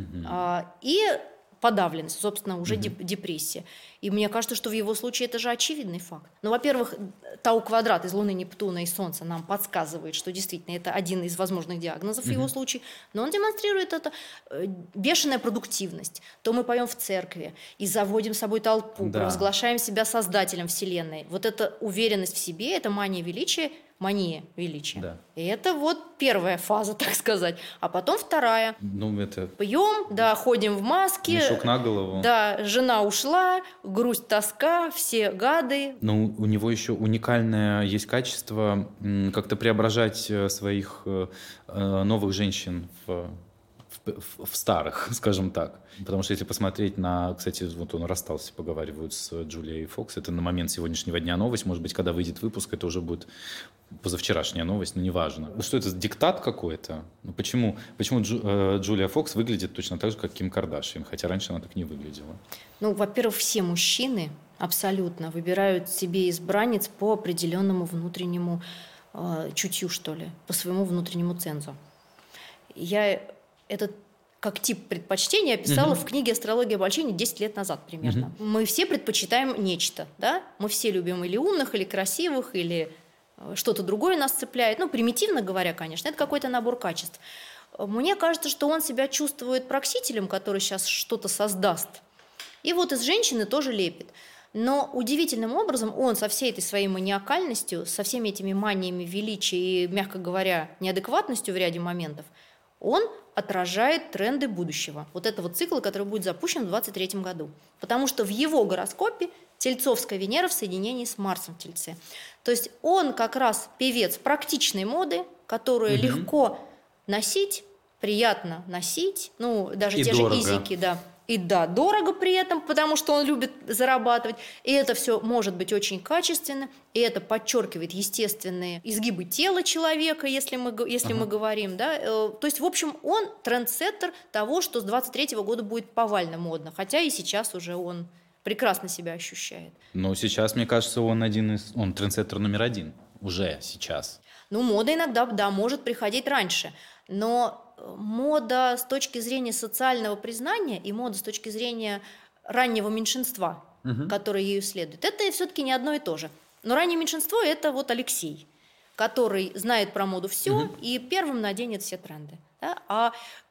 [SPEAKER 2] и подавленность, собственно, уже депрессия. И мне кажется, что в его случае это же очевидный факт. Ну, во-первых, Тау-квадрат из Луны, Нептуна и Солнца нам подсказывает, что действительно это один из возможных диагнозов в его случае, но он демонстрирует это бешеная продуктивность. То мы поем в церкви и заводим с собой толпу, провозглашаем себя создателем Вселенной. Вот эта уверенность в себе, это мания величия, Да. И это вот первая фаза, так сказать. А потом вторая.
[SPEAKER 1] Ну, это...
[SPEAKER 2] Пьем, да, ходим в маске.
[SPEAKER 1] Мешок на голову.
[SPEAKER 2] Да, жена ушла, грусть, тоска, все гады.
[SPEAKER 1] Но у него еще уникальное есть качество как-то преображать своих новых женщин в в старых, скажем так. Потому что если посмотреть на... Кстати, вот он расстался, поговаривают с Джулией Фокс. Это на момент сегодняшнего дня новость. Может быть, когда выйдет выпуск, это уже будет позавчерашняя новость, но неважно. Что это, диктат какой-то? Почему Джулия Фокс выглядит точно так же, как Ким Кардашьян, хотя раньше она так не выглядела?
[SPEAKER 2] Во-первых, все мужчины абсолютно выбирают себе избранниц по определенному внутреннему чутью, что ли, по своему внутреннему цензу. Я этот как тип предпочтения описала в книге «Астрология обольщения» 10 лет назад примерно. Мы все предпочитаем нечто, да? Мы все любим или умных, или красивых, или что-то другое нас цепляет. Примитивно говоря, конечно, это какой-то набор качеств. Мне кажется, что он себя чувствует проксителем, который сейчас что-то создаст. И вот из женщины тоже лепит. Но удивительным образом он со всей этой своей маниакальностью, со всеми этими маниями величия и, мягко говоря, неадекватностью в ряде моментов, он отражает тренды будущего. Вот этого цикла, который будет запущен в 2023 году. Потому что в его гороскопе Тельцовская Венера в соединении с Марсом в Тельце. То есть он как раз певец практичной моды, которую легко носить, приятно носить, даже
[SPEAKER 1] и
[SPEAKER 2] те
[SPEAKER 1] дорого.
[SPEAKER 2] же изики, да. И да, дорого при этом, потому что он любит зарабатывать. И это все может быть очень качественно. И это подчеркивает естественные изгибы тела человека, если мы говорим. Да? То есть, в общем, он трендсеттер того, что с 23 года будет повально модно. Хотя и сейчас уже он прекрасно себя ощущает.
[SPEAKER 1] Но сейчас, мне кажется, он трендсеттер номер 1. Уже сейчас.
[SPEAKER 2] Мода иногда, да, может приходить раньше. Но мода с точки зрения социального признания и мода с точки зрения раннего меньшинства, которое ею следует, это все-таки не одно и то же. Но раннее меньшинство – это вот Алексей, который знает про моду все и первым наденет все тренды. Да? А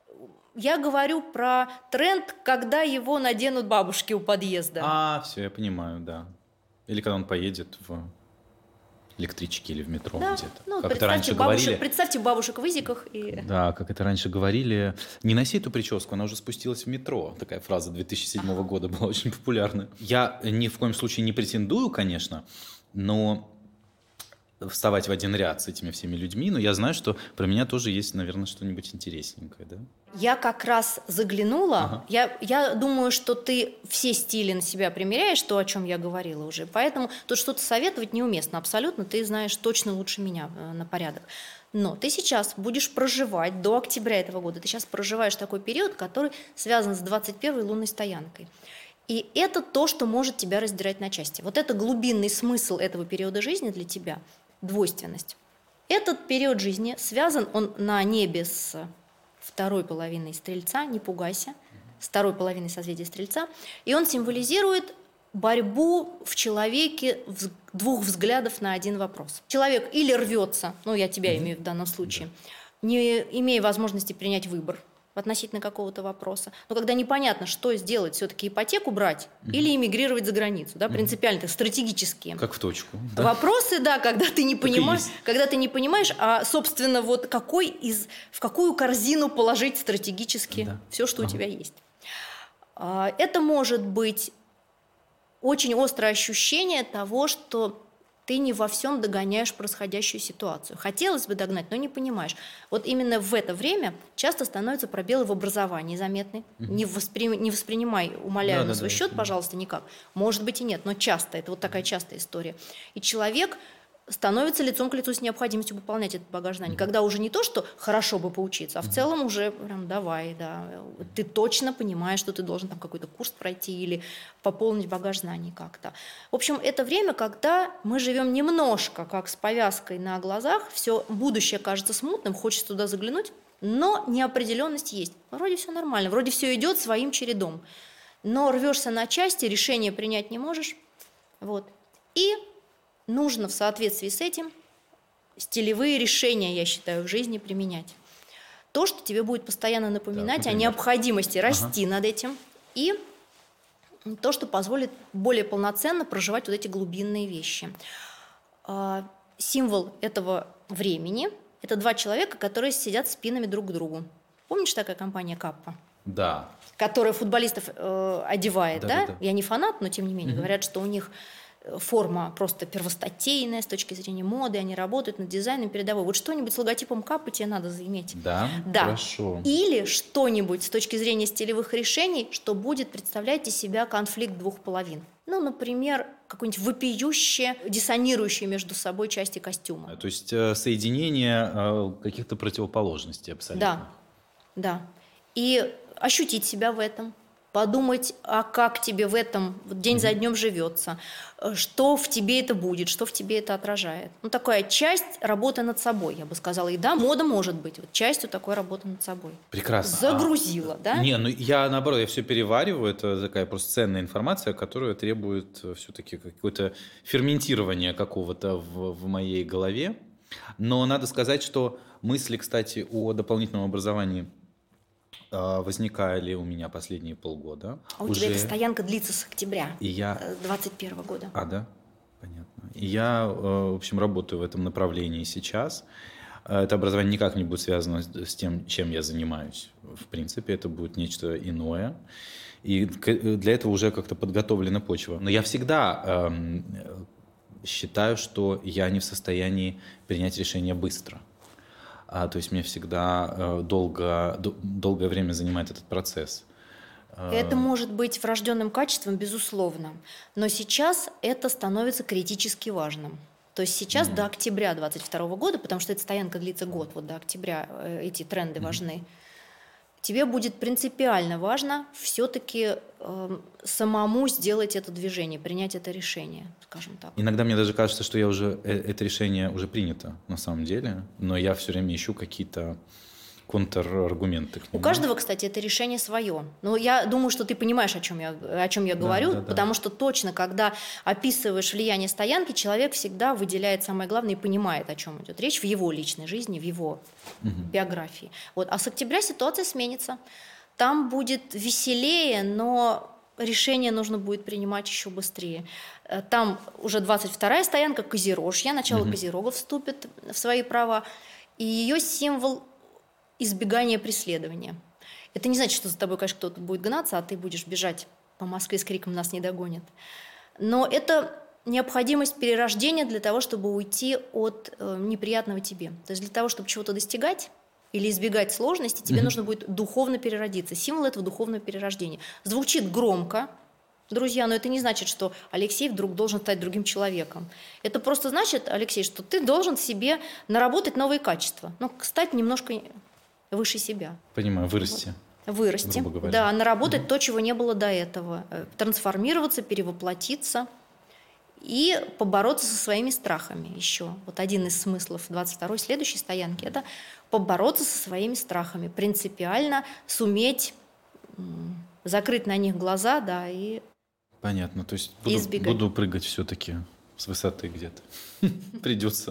[SPEAKER 2] я говорю про тренд, когда его наденут бабушки у подъезда.
[SPEAKER 1] Все, я понимаю, да. Или когда он поедет в электричке или в метро где-то. Как это раньше говорили.
[SPEAKER 2] Представьте бабушек в изиках.
[SPEAKER 1] Да, как это раньше говорили. Не носи эту прическу, она уже спустилась в метро. Такая фраза 2007 года была очень популярна. Я ни в коем случае не претендую, конечно, но вставать в один ряд с этими всеми людьми, но я знаю, что про меня тоже есть, наверное, что-нибудь интересненькое, да?
[SPEAKER 2] Я как раз заглянула. Я думаю, что ты все стили на себя примеряешь, то, о чем я говорила уже. Поэтому тут что-то советовать неуместно абсолютно. Ты знаешь точно лучше меня на порядок. Но ты сейчас будешь проживать до октября этого года. Ты сейчас проживаешь такой период, который связан с 21-й лунной стоянкой. И это то, что может тебя раздирать на части. Вот это глубинный смысл этого периода жизни для тебя. Двойственность. Этот период жизни связан, он на небе с второй половиной Стрельца, не пугайся, с второй половиной созвездия Стрельца, и он символизирует борьбу в человеке двух взглядов на один вопрос. Человек или рвется, я тебя имею в данном случае, не имея возможности принять выбор относительно какого-то вопроса, но когда непонятно, что сделать, все-таки ипотеку брать или эмигрировать за границу, да, принципиально, стратегические.
[SPEAKER 1] Как в точку. Да?
[SPEAKER 2] Вопросы, да, когда ты не понимаешь, собственно, вот в какую корзину положить стратегически все, что у тебя есть. Это может быть очень острое ощущение того, что ты не во всем догоняешь происходящую ситуацию. Хотелось бы догнать, но не понимаешь. Вот именно в это время часто становятся пробелы в образовании заметны. Не воспринимай, умоляю, на свой счет, пожалуйста, никак. Может быть и нет, но часто. Это вот такая частая история. И человек становится лицом к лицу с необходимостью выполнять этот багаж знаний. Когда уже не то, что хорошо бы поучиться, а в целом уже прям давай, да. Ты точно понимаешь, что ты должен там какой-то курс пройти или пополнить багаж знаний как-то. В общем, это время, когда мы живем немножко как с повязкой на глазах, все будущее кажется смутным, хочется туда заглянуть, но неопределенность есть. Вроде все нормально, вроде все идет своим чередом, но рвешься на части, решение принять не можешь. Вот. И нужно в соответствии с этим стилевые решения, я считаю, в жизни применять. То, что тебе будет постоянно напоминать о необходимости расти над этим, и то, что позволит более полноценно проживать вот эти глубинные вещи. Символ этого времени – это два человека, которые сидят спинами друг к другу. Помнишь такая компания «Каппа»?
[SPEAKER 1] Да.
[SPEAKER 2] Которая футболистов одевает, да?
[SPEAKER 1] Да.
[SPEAKER 2] Я не фанат, но тем не менее говорят, что у них форма просто первостатейная с точки зрения моды, они работают над дизайном передовой. Вот что-нибудь с логотипом КАПа тебе надо заиметь.
[SPEAKER 1] Да?
[SPEAKER 2] Да.
[SPEAKER 1] Хорошо.
[SPEAKER 2] Или что-нибудь с точки зрения стилевых решений, что будет представлять из себя конфликт двух половин. Ну, например, какое-нибудь вопиющее, диссонирующее между собой части костюма.
[SPEAKER 1] То есть соединение каких-то противоположностей абсолютно.
[SPEAKER 2] Да. И ощутить себя в этом. Подумать, а как тебе в этом день за днем живется, что в тебе это будет, что в тебе это отражает. Ну, такая часть работы над собой, я бы сказала. И да, мода может быть вот частью такой работы над собой.
[SPEAKER 1] Прекрасно.
[SPEAKER 2] Загрузила, да?
[SPEAKER 1] Не, ну я наоборот, я все перевариваю. Это такая просто ценная информация, которая требует все-таки какое-то ферментирование какого-то в моей голове. Но надо сказать, что мысли, кстати, о дополнительном образовании возникали у меня последние полгода.
[SPEAKER 2] А у тебя эта стоянка длится с октября
[SPEAKER 1] И я...
[SPEAKER 2] 2021 года.
[SPEAKER 1] Да? Понятно. И я, в общем, работаю в этом направлении сейчас. Это образование никак не будет связано с тем, чем я занимаюсь. В принципе, это будет нечто иное. И для этого уже как-то подготовлена почва. Но я всегда считаю, что я не в состоянии принять решение быстро. То есть мне всегда долгое время занимает этот процесс.
[SPEAKER 2] Это может быть врожденным качеством, безусловно. Но сейчас это становится критически важным. То есть сейчас до октября 2022 года, потому что эта стоянка длится год, вот до октября эти тренды важны, тебе будет принципиально важно все-таки самому сделать это движение, принять это решение, скажем так.
[SPEAKER 1] Иногда мне даже кажется, что это решение уже принято на самом деле, но я все время ищу какие-то контраргументы к нему.
[SPEAKER 2] У каждого, кстати, это решение свое. Но я думаю, что ты понимаешь, о чем я говорю,
[SPEAKER 1] да.
[SPEAKER 2] потому что точно, когда описываешь влияние стоянки, человек всегда выделяет самое главное и понимает, о чем идет речь в его личной жизни, в его биографии. Вот. А с октября ситуация сменится. Там будет веселее, но решение нужно будет принимать еще быстрее. Там уже 22-я стоянка, Козерожье, начало Козерогов вступит в свои права, и ее символ – избегание преследования. Это не значит, что за тобой, конечно, кто-то будет гнаться, а ты будешь бежать по Москве с криком «нас не догонят». Но это необходимость перерождения для того, чтобы уйти от неприятного тебе. То есть для того, чтобы чего-то достигать или избегать сложностей, тебе нужно будет духовно переродиться. Символ этого духовного перерождения. Звучит громко, друзья, но это не значит, что Алексей вдруг должен стать другим человеком. Это просто значит, Алексей, что ты должен в себе наработать новые качества. Ну, стать немножко выше себя.
[SPEAKER 1] Понимаю, вырасти.
[SPEAKER 2] Вырасти, да, наработать то, чего не было до этого. Трансформироваться, перевоплотиться и побороться со своими страхами еще. Вот один из смыслов 22-й следующей стоянки – это побороться со своими страхами, принципиально суметь закрыть на них глаза, да, и
[SPEAKER 1] понятно, то есть буду прыгать все-таки с высоты где-то. Придется.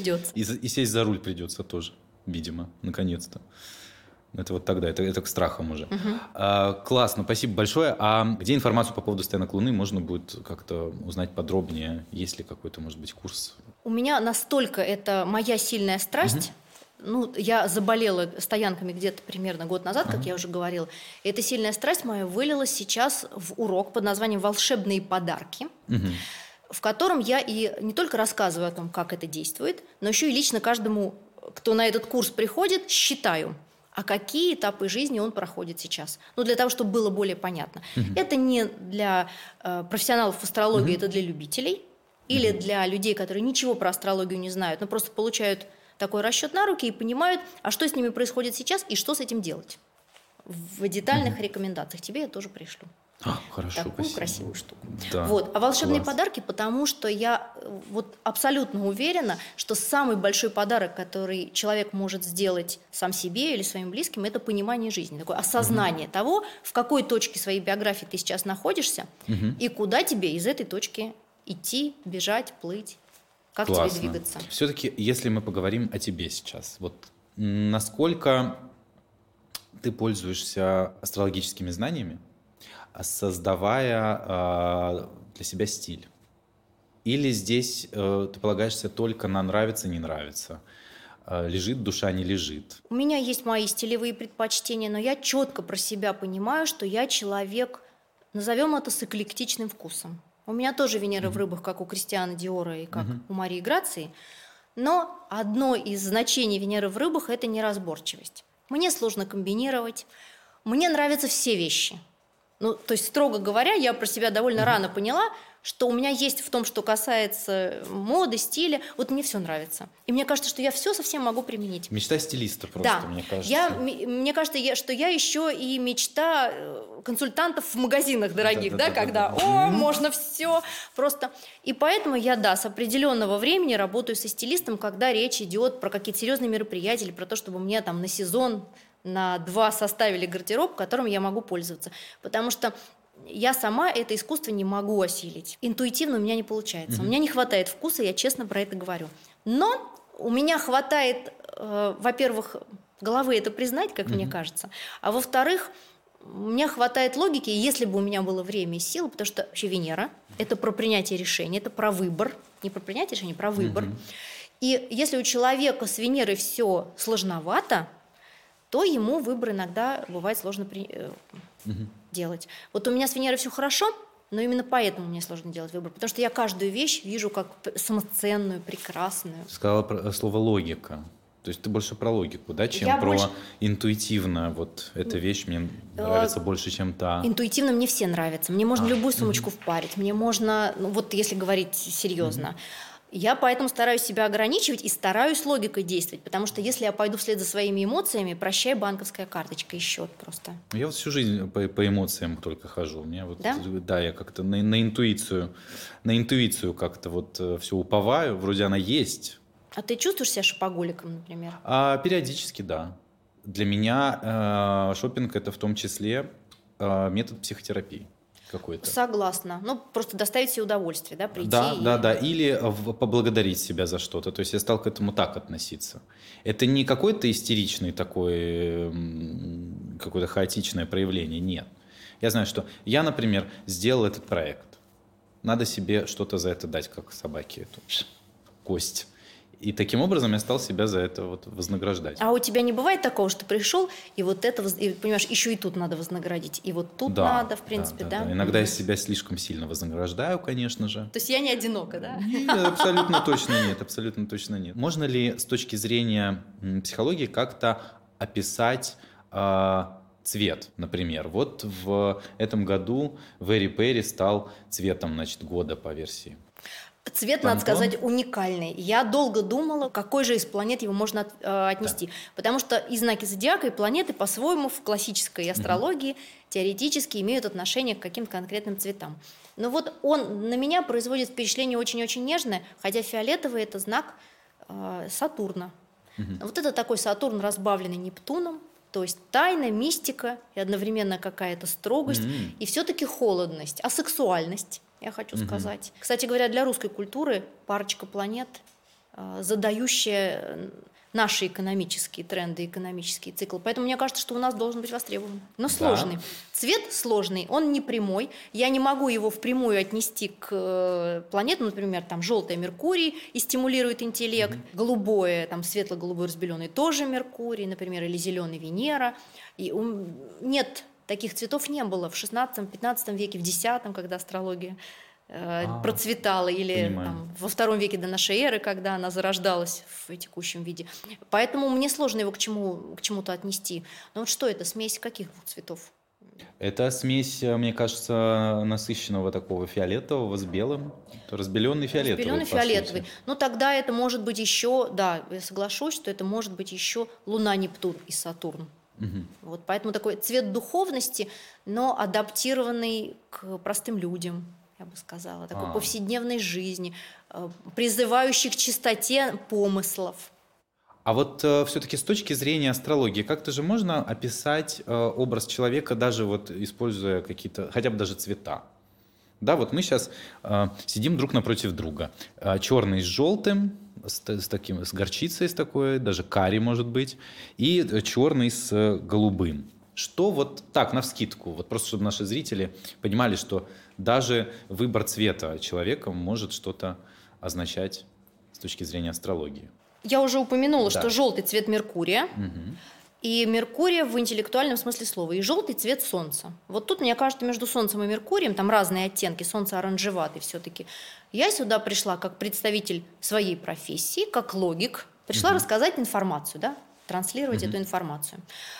[SPEAKER 1] И сесть за руль придется тоже, видимо, наконец-то. Это вот тогда, это к страхам уже. Классно, спасибо большое. А где информацию по поводу стоянок Луны можно будет как-то узнать подробнее? Есть ли какой-то, может быть, курс?
[SPEAKER 2] У меня настолько это моя сильная страсть. Ну, я заболела стоянками где-то примерно год назад, как я уже говорила. И эта сильная страсть моя вылилась сейчас в урок под названием «Волшебные подарки», в котором я и не только рассказываю о том, как это действует, но еще и лично каждому, кто на этот курс приходит, считаю, а какие этапы жизни он проходит сейчас. Ну, для того, чтобы было более понятно. Это не для профессионалов в астрологии, это для любителей или для людей, которые ничего про астрологию не знают, но просто получают такой расчет на руки и понимают, а что с ними происходит сейчас и что с этим делать. В детальных рекомендациях тебе я тоже пришлю.
[SPEAKER 1] Хорошо,
[SPEAKER 2] такую
[SPEAKER 1] спасибо.
[SPEAKER 2] красивую штуку.
[SPEAKER 1] Да,
[SPEAKER 2] вот. А волшебные
[SPEAKER 1] класс.
[SPEAKER 2] подарки, потому что я вот абсолютно уверена, что самый большой подарок, который человек может сделать сам себе или своим близким, это понимание жизни, такое осознание того, в какой точке своей биографии ты сейчас находишься и куда тебе из этой точки идти, бежать, плыть, как
[SPEAKER 1] Классно.
[SPEAKER 2] тебе двигаться.
[SPEAKER 1] Все-таки, если мы поговорим о тебе сейчас, вот насколько ты пользуешься астрологическими знаниями, создавая для себя стиль? Или здесь ты полагаешься только на нравится, не нравится? Лежит душа, не лежит?
[SPEAKER 2] У меня есть мои стилевые предпочтения, но я четко про себя понимаю, что я человек, назовем это, с эклектичным вкусом. У меня тоже Венера в рыбах, как у Кристиана Диора и как у Марии Грации. Но одно из значений Венеры в рыбах – это неразборчивость. Мне сложно комбинировать. Мне нравятся все вещи. Ну, то есть, строго говоря, я про себя довольно рано поняла, что у меня есть в том, что касается моды, стиля, вот мне все нравится. И мне кажется, что я все совсем могу применить.
[SPEAKER 1] Мечта стилиста просто,
[SPEAKER 2] да.
[SPEAKER 1] мне кажется.
[SPEAKER 2] Мне кажется, что я еще и мечта консультантов в магазинах дорогих, когда можно все просто. И поэтому я, с определенного времени работаю со стилистом, когда речь идет про какие-то серьезные мероприятия или про то, чтобы мне там на сезон, на 2 составили гардероб, которым я могу пользоваться. Потому что я сама это искусство не могу осилить. Интуитивно у меня не получается. У меня не хватает вкуса, я честно про это говорю. Но у меня хватает, во-первых, головы это признать, как мне кажется, а во-вторых, у меня хватает логики, если бы у меня было время и силы, потому что вообще Венера – это про принятие решений, это про выбор. Не про принятие решений, про выбор. И если у человека с Венерой все сложновато, то ему выбор иногда бывает сложно делать. Вот у меня с Венерой все хорошо, но именно поэтому мне сложно делать выбор, потому что я каждую вещь вижу как самоценную, прекрасную.
[SPEAKER 1] Ты сказала слово «логика». То есть ты больше про логику, да, чем про интуитивно. Вот эта вещь мне нравится больше, чем та.
[SPEAKER 2] Интуитивно мне все нравятся. Мне можно любую сумочку впарить. Мне можно, вот если говорить серьезно. Я поэтому стараюсь себя ограничивать и стараюсь логикой действовать, потому что если я пойду вслед за своими эмоциями, прощай банковская карточка и счет просто.
[SPEAKER 1] Я вот всю жизнь по эмоциям только хожу. У меня вот,
[SPEAKER 2] да,
[SPEAKER 1] я как-то на интуицию как-то вот все уповаю, вроде она есть.
[SPEAKER 2] А ты чувствуешь себя шопоголиком, например?
[SPEAKER 1] Периодически, да. Для меня шопинг – это в том числе метод психотерапии какой-то.
[SPEAKER 2] Согласна. Ну, просто доставить себе удовольствие, да, прийти.
[SPEAKER 1] Да. Или поблагодарить себя за что-то. То есть я стал к этому так относиться. Это не какой-то истеричный такой, какое-то хаотичное проявление. Нет. Я знаю, что я, например, сделал этот проект. Надо себе что-то за это дать, как собаке эту кость. И таким образом я стал себя за это вот вознаграждать.
[SPEAKER 2] А у тебя не бывает такого, что пришел, и вот это, и, понимаешь, еще и тут надо вознаградить, и вот тут надо, в принципе, да?
[SPEAKER 1] Иногда я себя слишком сильно вознаграждаю, конечно же.
[SPEAKER 2] То есть я не одинока, да?
[SPEAKER 1] Нет, абсолютно точно нет. Можно ли с точки зрения психологии как-то описать цвет, например? Вот в этом году Very Perry стал цветом, года по версии.
[SPEAKER 2] Цвет, надо сказать, уникальный. Я долго думала, какой же из планет его можно отнести. Потому что и знаки зодиака, и планеты по-своему в классической астрологии теоретически имеют отношение к каким-то конкретным цветам. Но вот он на меня производит впечатление очень-очень нежное, хотя фиолетовый – это знак Сатурна. Вот это такой Сатурн, разбавленный Нептуном, то есть тайна, мистика и одновременно какая-то строгость, и все-таки холодность, асексуальность. Я хочу сказать. Кстати говоря, для русской культуры парочка планет, задающая наши экономические тренды, экономические циклы. Поэтому мне кажется, что у нас должен быть востребован. Но сложный. Цвет сложный, он не прямой. Я не могу его впрямую отнести к планетам. Например, там желтое Меркурий и стимулирует интеллект. Голубое, там светло-голубой разбеленный тоже Меркурий, например, или зеленый Венера. И нет, таких цветов не было в 16-15 веке, в X, когда астрология процветала, или во II веке до нашей эры, когда она зарождалась в текущем виде. Поэтому мне сложно его к чему-то отнести. Но вот что это? Смесь каких двух цветов?
[SPEAKER 1] Это смесь, мне кажется, насыщенного такого фиолетового с белым. Разбеленный фиолетовый.
[SPEAKER 2] Разбеленный фиолетовый. Ну тогда это может быть еще, да, я соглашусь, что это может быть еще Луна, Нептун и Сатурн. Вот, поэтому такой цвет духовности, но адаптированный к простым людям, я бы сказала, такой повседневной жизни, призывающий к чистоте помыслов.
[SPEAKER 1] А вот все-таки с точки зрения астрологии, как-то же можно описать образ человека, даже вот используя какие-то, хотя бы даже цвета? Да, вот мы сейчас сидим друг напротив друга. Черный с желтым, с горчицей, с такой, даже карри может быть, и черный с голубым. Что вот так, навскидку, вот просто чтобы наши зрители понимали, что даже выбор цвета человека может что-то означать с точки зрения астрологии.
[SPEAKER 2] Я уже упомянула, что желтый цвет Меркурия, и Меркурия в интеллектуальном смысле слова, и желтый цвет Солнца. Вот тут, мне кажется, между Солнцем и Меркурием, там разные оттенки, Солнце оранжеватый все-таки. Я сюда пришла как представитель своей профессии, как логик, пришла рассказать информацию, да, транслировать эту информацию.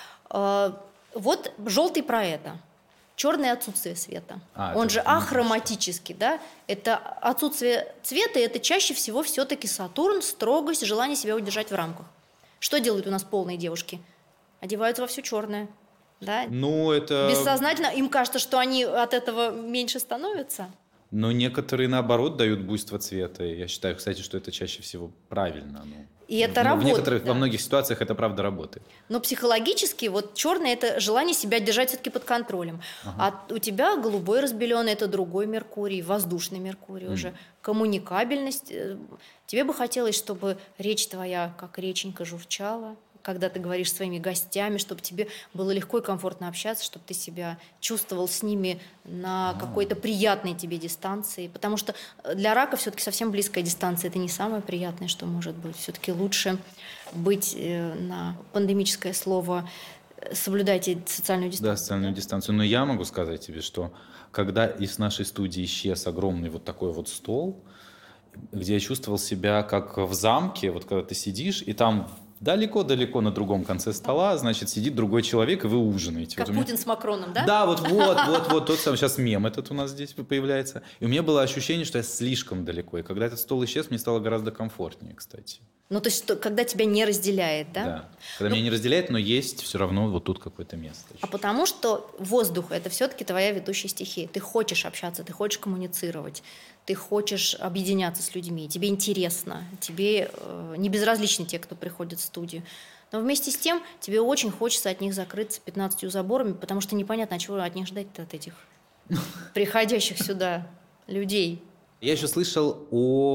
[SPEAKER 2] Вот желтый про это. Черное отсутствие света. Он же ахроматический, да? Это отсутствие цвета, и это чаще всего все-таки Сатурн, строгость, желание себя удержать в рамках. Что делают у нас полные девушки? Одеваются во все черное. Да?
[SPEAKER 1] Ну, это...
[SPEAKER 2] Бессознательно им кажется, что они от этого меньше становятся.
[SPEAKER 1] Но некоторые, наоборот, дают буйство цвета. Я считаю, кстати, что это чаще всего правильно.
[SPEAKER 2] И это работает.
[SPEAKER 1] Во многих ситуациях это правда работает.
[SPEAKER 2] Но психологически вот черное – это желание себя держать все-таки под контролем. А у тебя голубой разбеленный – это другой Меркурий, воздушный Меркурий уже. Коммуникабельность. Тебе бы хотелось, чтобы речь твоя, как реченька, журчала, когда ты говоришь с своими гостями, чтобы тебе было легко и комфортно общаться, чтобы ты себя чувствовал с ними на какой-то приятной тебе дистанции. Потому что для рака все-таки совсем близкая дистанция – это не самое приятное, что может быть. Все-таки лучше быть на пандемическое слово «соблюдайте социальную дистанцию».
[SPEAKER 1] Да, социальную дистанцию. Но я могу сказать тебе, что когда из нашей студии исчез огромный вот такой вот стол, где я чувствовал себя как в замке, вот когда ты сидишь, и там далеко-далеко на другом конце стола, значит, сидит другой человек, и вы ужинаете.
[SPEAKER 2] Как
[SPEAKER 1] вот
[SPEAKER 2] Путин с Макроном, да?
[SPEAKER 1] Да, вот тот самый, сейчас мем этот у нас здесь появляется. И у меня было ощущение, что я слишком далеко. И когда этот стол исчез, мне стало гораздо комфортнее, кстати.
[SPEAKER 2] Ну, то есть, когда тебя не разделяет, да?
[SPEAKER 1] Да. Когда меня не разделяет, но есть все равно вот тут какое-то место.
[SPEAKER 2] А потому что воздух – это все-таки твоя ведущая стихия. Ты хочешь общаться, ты хочешь коммуницировать, ты хочешь объединяться с людьми, тебе интересно, тебе не безразличны те, кто приходит в студию. Но вместе с тем тебе очень хочется от них закрыться 15 заборами, потому что непонятно, чего от них ждать-то, от этих приходящих сюда людей.
[SPEAKER 1] Я еще слышал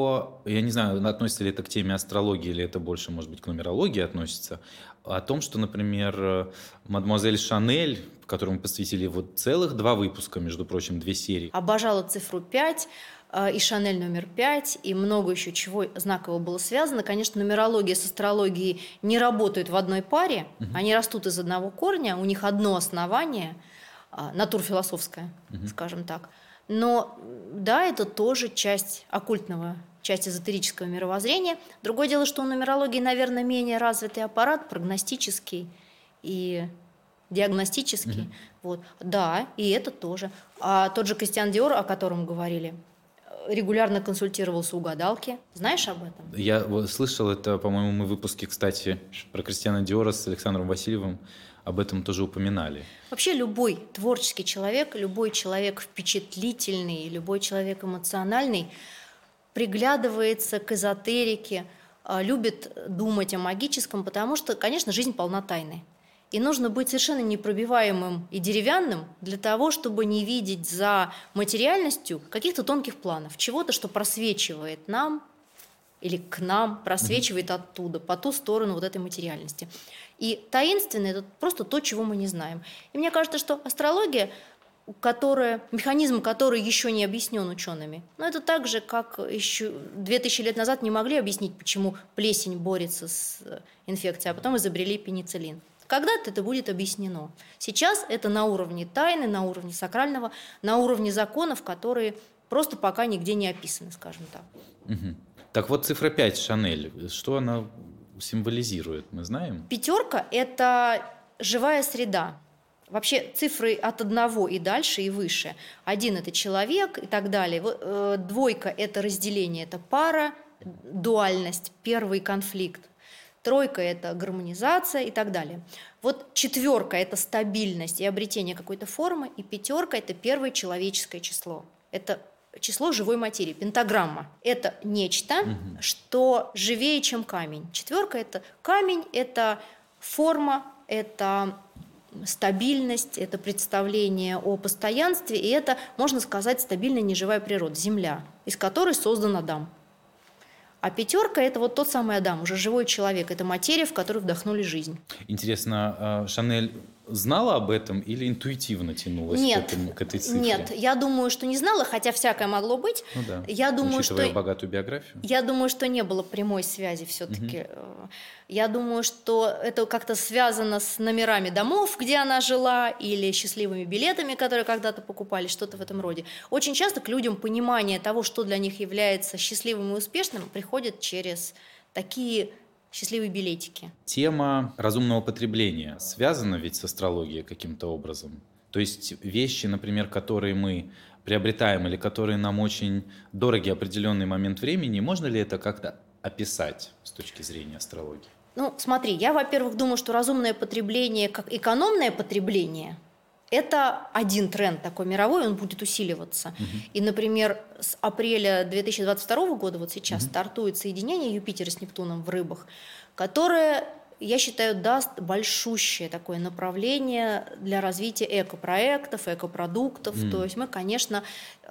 [SPEAKER 1] я не знаю, относится ли это к теме астрологии, или это больше, может быть, к нумерологии относится, о том, что, например, мадемуазель Шанель, которому посвятили вот целых 2 выпуска, между прочим, 2 серии.
[SPEAKER 2] Обожала цифру 5, и Шанель номер 5, и много еще чего знакового было связано. Конечно, нумерология с астрологией не работают в одной паре, они растут из одного корня, у них одно основание, натурфилософское, скажем так. Но да, это тоже часть оккультного, часть эзотерического мировоззрения. Другое дело, что у нумерологии, наверное, менее развитый аппарат, прогностический и диагностический. Вот. Да, и это тоже. А тот же Кристиан Диор, о котором говорили, регулярно консультировался у гадалки. Знаешь об этом?
[SPEAKER 1] Я слышал это, по-моему, мы в выпуске, кстати, про Кристиана Диора с Александром Васильевым об этом тоже упоминали.
[SPEAKER 2] Вообще любой творческий человек, любой человек впечатлительный, любой человек эмоциональный приглядывается к эзотерике, любит думать о магическом, потому что, конечно, жизнь полна тайны. И нужно быть совершенно непробиваемым и деревянным для того, чтобы не видеть за материальностью каких-то тонких планов, чего-то, что просвечивает нам или к нам, просвечивает оттуда, по ту сторону вот этой материальности. И таинственное – это просто то, чего мы не знаем. И мне кажется, что астрология, механизм, который еще не объяснен учеными, но это так же, как еще 2000 лет назад не могли объяснить, почему плесень борется с инфекцией, а потом изобрели пенициллин. Когда-то это будет объяснено. Сейчас это на уровне тайны, на уровне сакрального, на уровне законов, которые просто пока нигде не описаны, скажем так.
[SPEAKER 1] Так вот, цифра 5 Шанель, что она символизирует, мы знаем?
[SPEAKER 2] 5 – это живая среда. Вообще цифры от 1 и дальше, и выше. 1 – это человек и так далее. 2 – это разделение, это пара, дуальность, первый конфликт. 3 – это гармонизация и так далее. Вот 4 – это стабильность и обретение какой-то формы, и 5 – это первое человеческое число. Это число живой материи, пентаграмма. Это нечто, что живее, чем камень. 4 – это камень, это форма, это стабильность, это представление о постоянстве, и это, можно сказать, стабильная неживая природа, земля, из которой создан Адам. А 5 – это вот тот самый Адам, уже живой человек, это материя, в которую вдохнули жизнь.
[SPEAKER 1] Интересно, Шанель знала об этом или интуитивно тянулась к этой цифре?
[SPEAKER 2] Нет, я думаю, что не знала, хотя всякое могло быть.
[SPEAKER 1] Ну да,
[SPEAKER 2] я думаю,
[SPEAKER 1] учитывая богатую биографию.
[SPEAKER 2] Я думаю, что не было прямой связи все-таки. Я думаю, что это как-то связано с номерами домов, где она жила, или счастливыми билетами, которые когда-то покупали, что-то в этом роде. Очень часто к людям понимание того, что для них является счастливым и успешным, приходит через такие счастливые билетики.
[SPEAKER 1] Тема разумного потребления связана ведь с астрологией каким-то образом? То есть вещи, например, которые мы приобретаем или которые нам очень дороги определенный момент времени, можно ли это как-то описать с точки зрения астрологии?
[SPEAKER 2] Ну, смотри, я, во-первых, думаю, что разумное потребление, как экономное потребление, это один тренд такой мировой, он будет усиливаться. И, например, с апреля 2022 года, вот сейчас, стартует соединение Юпитера с Нептуном в Рыбах, которое, я считаю, даст большущее такое направление для развития экопроектов, экопродуктов. То есть мы, конечно,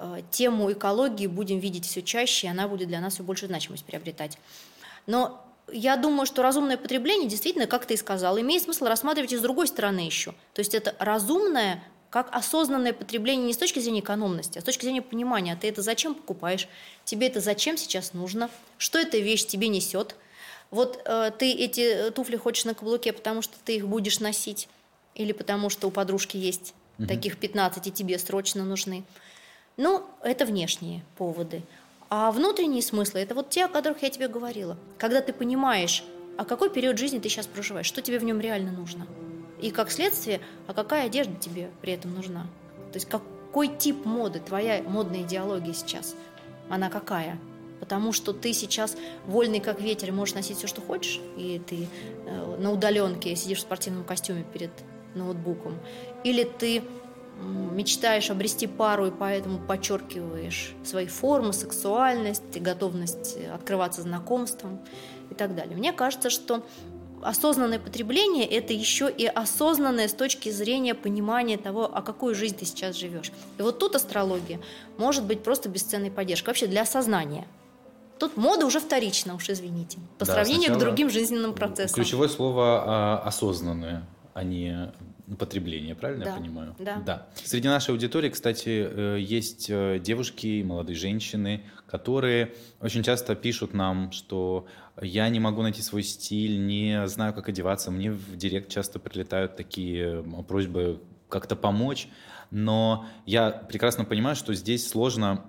[SPEAKER 2] тему экологии будем видеть все чаще, и она будет для нас все большую значимость приобретать. Но я думаю, что разумное потребление действительно, как ты и сказал, имеет смысл рассматривать и с другой стороны еще. То есть это разумное, как осознанное потребление не с точки зрения экономности, а с точки зрения понимания, а ты это зачем покупаешь, тебе это зачем сейчас нужно, что эта вещь тебе несет. Вот ты эти туфли хочешь на каблуке, потому что ты их будешь носить, или потому что у подружки есть таких 15, и тебе срочно нужны. Ну, это внешние поводы. А внутренние смыслы – это вот те, о которых я тебе говорила. Когда ты понимаешь, а какой период жизни ты сейчас проживаешь, что тебе в нем реально нужно. И как следствие, а какая одежда тебе при этом нужна. То есть какой тип моды, твоя модная идеология сейчас, она какая? Потому что ты сейчас вольный как ветер и можешь носить все, что хочешь, и ты на удаленке сидишь в спортивном костюме перед ноутбуком. Или ты мечтаешь обрести пару и поэтому подчеркиваешь свои формы, сексуальность, готовность открываться знакомствам и так далее. Мне кажется, что осознанное потребление – это еще и осознанное с точки зрения понимания того, а какую жизнь ты сейчас живешь. И вот тут астрология может быть просто бесценной поддержкой вообще для осознания. Тут мода уже вторична, уж извините, по сравнению к другим жизненным процессам.
[SPEAKER 1] Ключевое слово осознанное, а не потребление, правильно я понимаю?
[SPEAKER 2] Да.
[SPEAKER 1] Среди нашей аудитории, кстати, есть девушки, молодые женщины, которые очень часто пишут нам, что я не могу найти свой стиль, не знаю, как одеваться. Мне в директ часто прилетают такие просьбы как-то помочь, но я прекрасно понимаю, что здесь сложно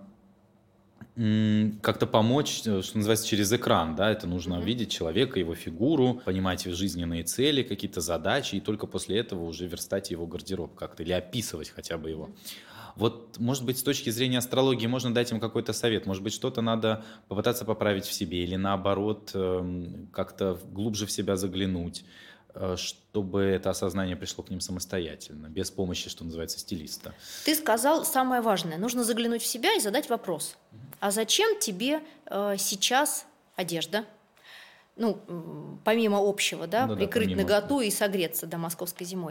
[SPEAKER 1] как-то помочь, что называется, через экран, да, это нужно видеть человека, его фигуру, понимать его жизненные цели, какие-то задачи, и только после этого уже верстать его гардероб как-то, или описывать хотя бы его. Вот, может быть, с точки зрения астрологии можно дать им какой-то совет, может быть, что-то надо попытаться поправить в себе, или наоборот, как-то глубже в себя заглянуть, чтобы это осознание пришло к ним самостоятельно, без помощи, что называется, стилиста.
[SPEAKER 2] Ты сказал самое важное. Нужно заглянуть в себя и задать вопрос. А зачем тебе сейчас одежда? Ну, помимо общего, да, прикрыть наготу и согреться до московской зимой.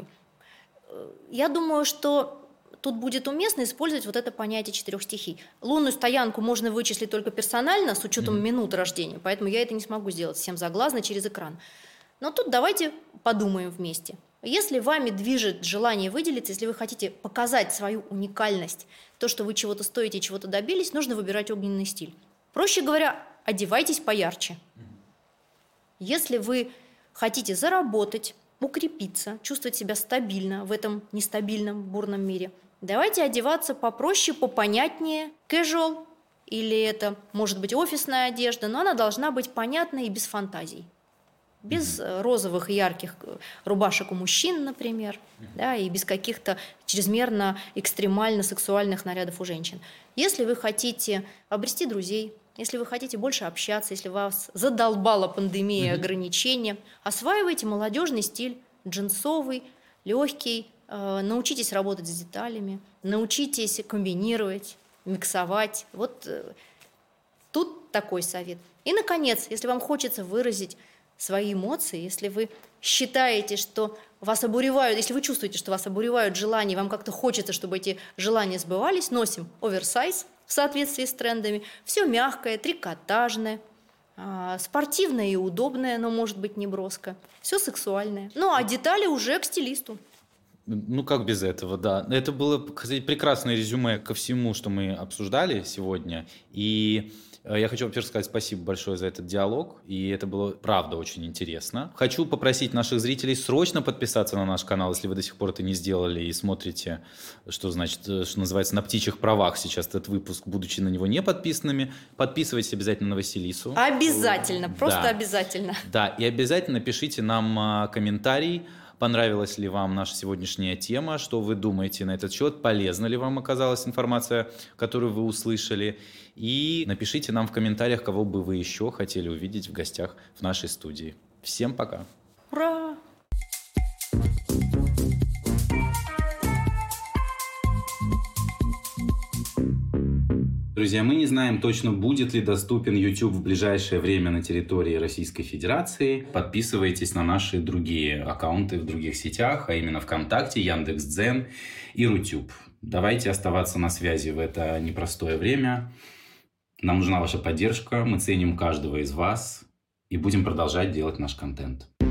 [SPEAKER 2] Я думаю, что тут будет уместно использовать вот это понятие 4 стихий. Лунную стоянку можно вычислить только персонально, с учетом минуты рождения, поэтому я это не смогу сделать всем заглазно через экран. Но тут давайте подумаем вместе. Если вами движет желание выделиться, если вы хотите показать свою уникальность, то, что вы чего-то стоите и чего-то добились, нужно выбирать огненный стиль. Проще говоря, одевайтесь поярче. Если вы хотите заработать, укрепиться, чувствовать себя стабильно в этом нестабильном, бурном мире, давайте одеваться попроще, попонятнее, casual, или это может быть офисная одежда, но она должна быть понятной и без фантазий. Без розовых и ярких рубашек у мужчин, например, да, и без каких-то чрезмерно экстремально сексуальных нарядов у женщин. Если вы хотите обрести друзей, если вы хотите больше общаться, если вас задолбала пандемия и ограничения, осваивайте молодежный стиль, джинсовый, легкий, научитесь работать с деталями, научитесь комбинировать, миксовать. Вот тут такой совет. И, наконец, если вам хочется выразить свои эмоции, если вы считаете, что вас обуревают, если вы чувствуете, что вас обуревают желания, вам как-то хочется, чтобы эти желания сбывались, носим оверсайз в соответствии с трендами, все мягкое, трикотажное, спортивное и удобное, но может быть не броско, все сексуальное. Ну а детали уже к стилисту.
[SPEAKER 1] Ну, как без этого, да. Это было, кстати, прекрасное резюме ко всему, что мы обсуждали сегодня. И я хочу, во-первых, сказать спасибо большое за этот диалог. И это было, правда, очень интересно. Хочу попросить наших зрителей срочно подписаться на наш канал, если вы до сих пор это не сделали и смотрите, что значит, что называется, на птичьих правах сейчас этот выпуск, будучи на него не подписанными. Подписывайтесь обязательно на Василису.
[SPEAKER 2] Обязательно, просто
[SPEAKER 1] Да.
[SPEAKER 2] обязательно.
[SPEAKER 1] Да, и обязательно пишите нам комментарий, понравилась ли вам наша сегодняшняя тема, что вы думаете на этот счет, полезна ли вам оказалась информация, которую вы услышали. И напишите нам в комментариях, кого бы вы еще хотели увидеть в гостях в нашей студии. Всем пока!
[SPEAKER 2] Ура!
[SPEAKER 1] Друзья, мы не знаем точно, будет ли доступен YouTube в ближайшее время на территории Российской Федерации. Подписывайтесь на наши другие аккаунты в других сетях, а именно ВКонтакте, Яндекс.Дзен и Рутюб. Давайте оставаться на связи в это непростое время. Нам нужна ваша поддержка, мы ценим каждого из вас и будем продолжать делать наш контент.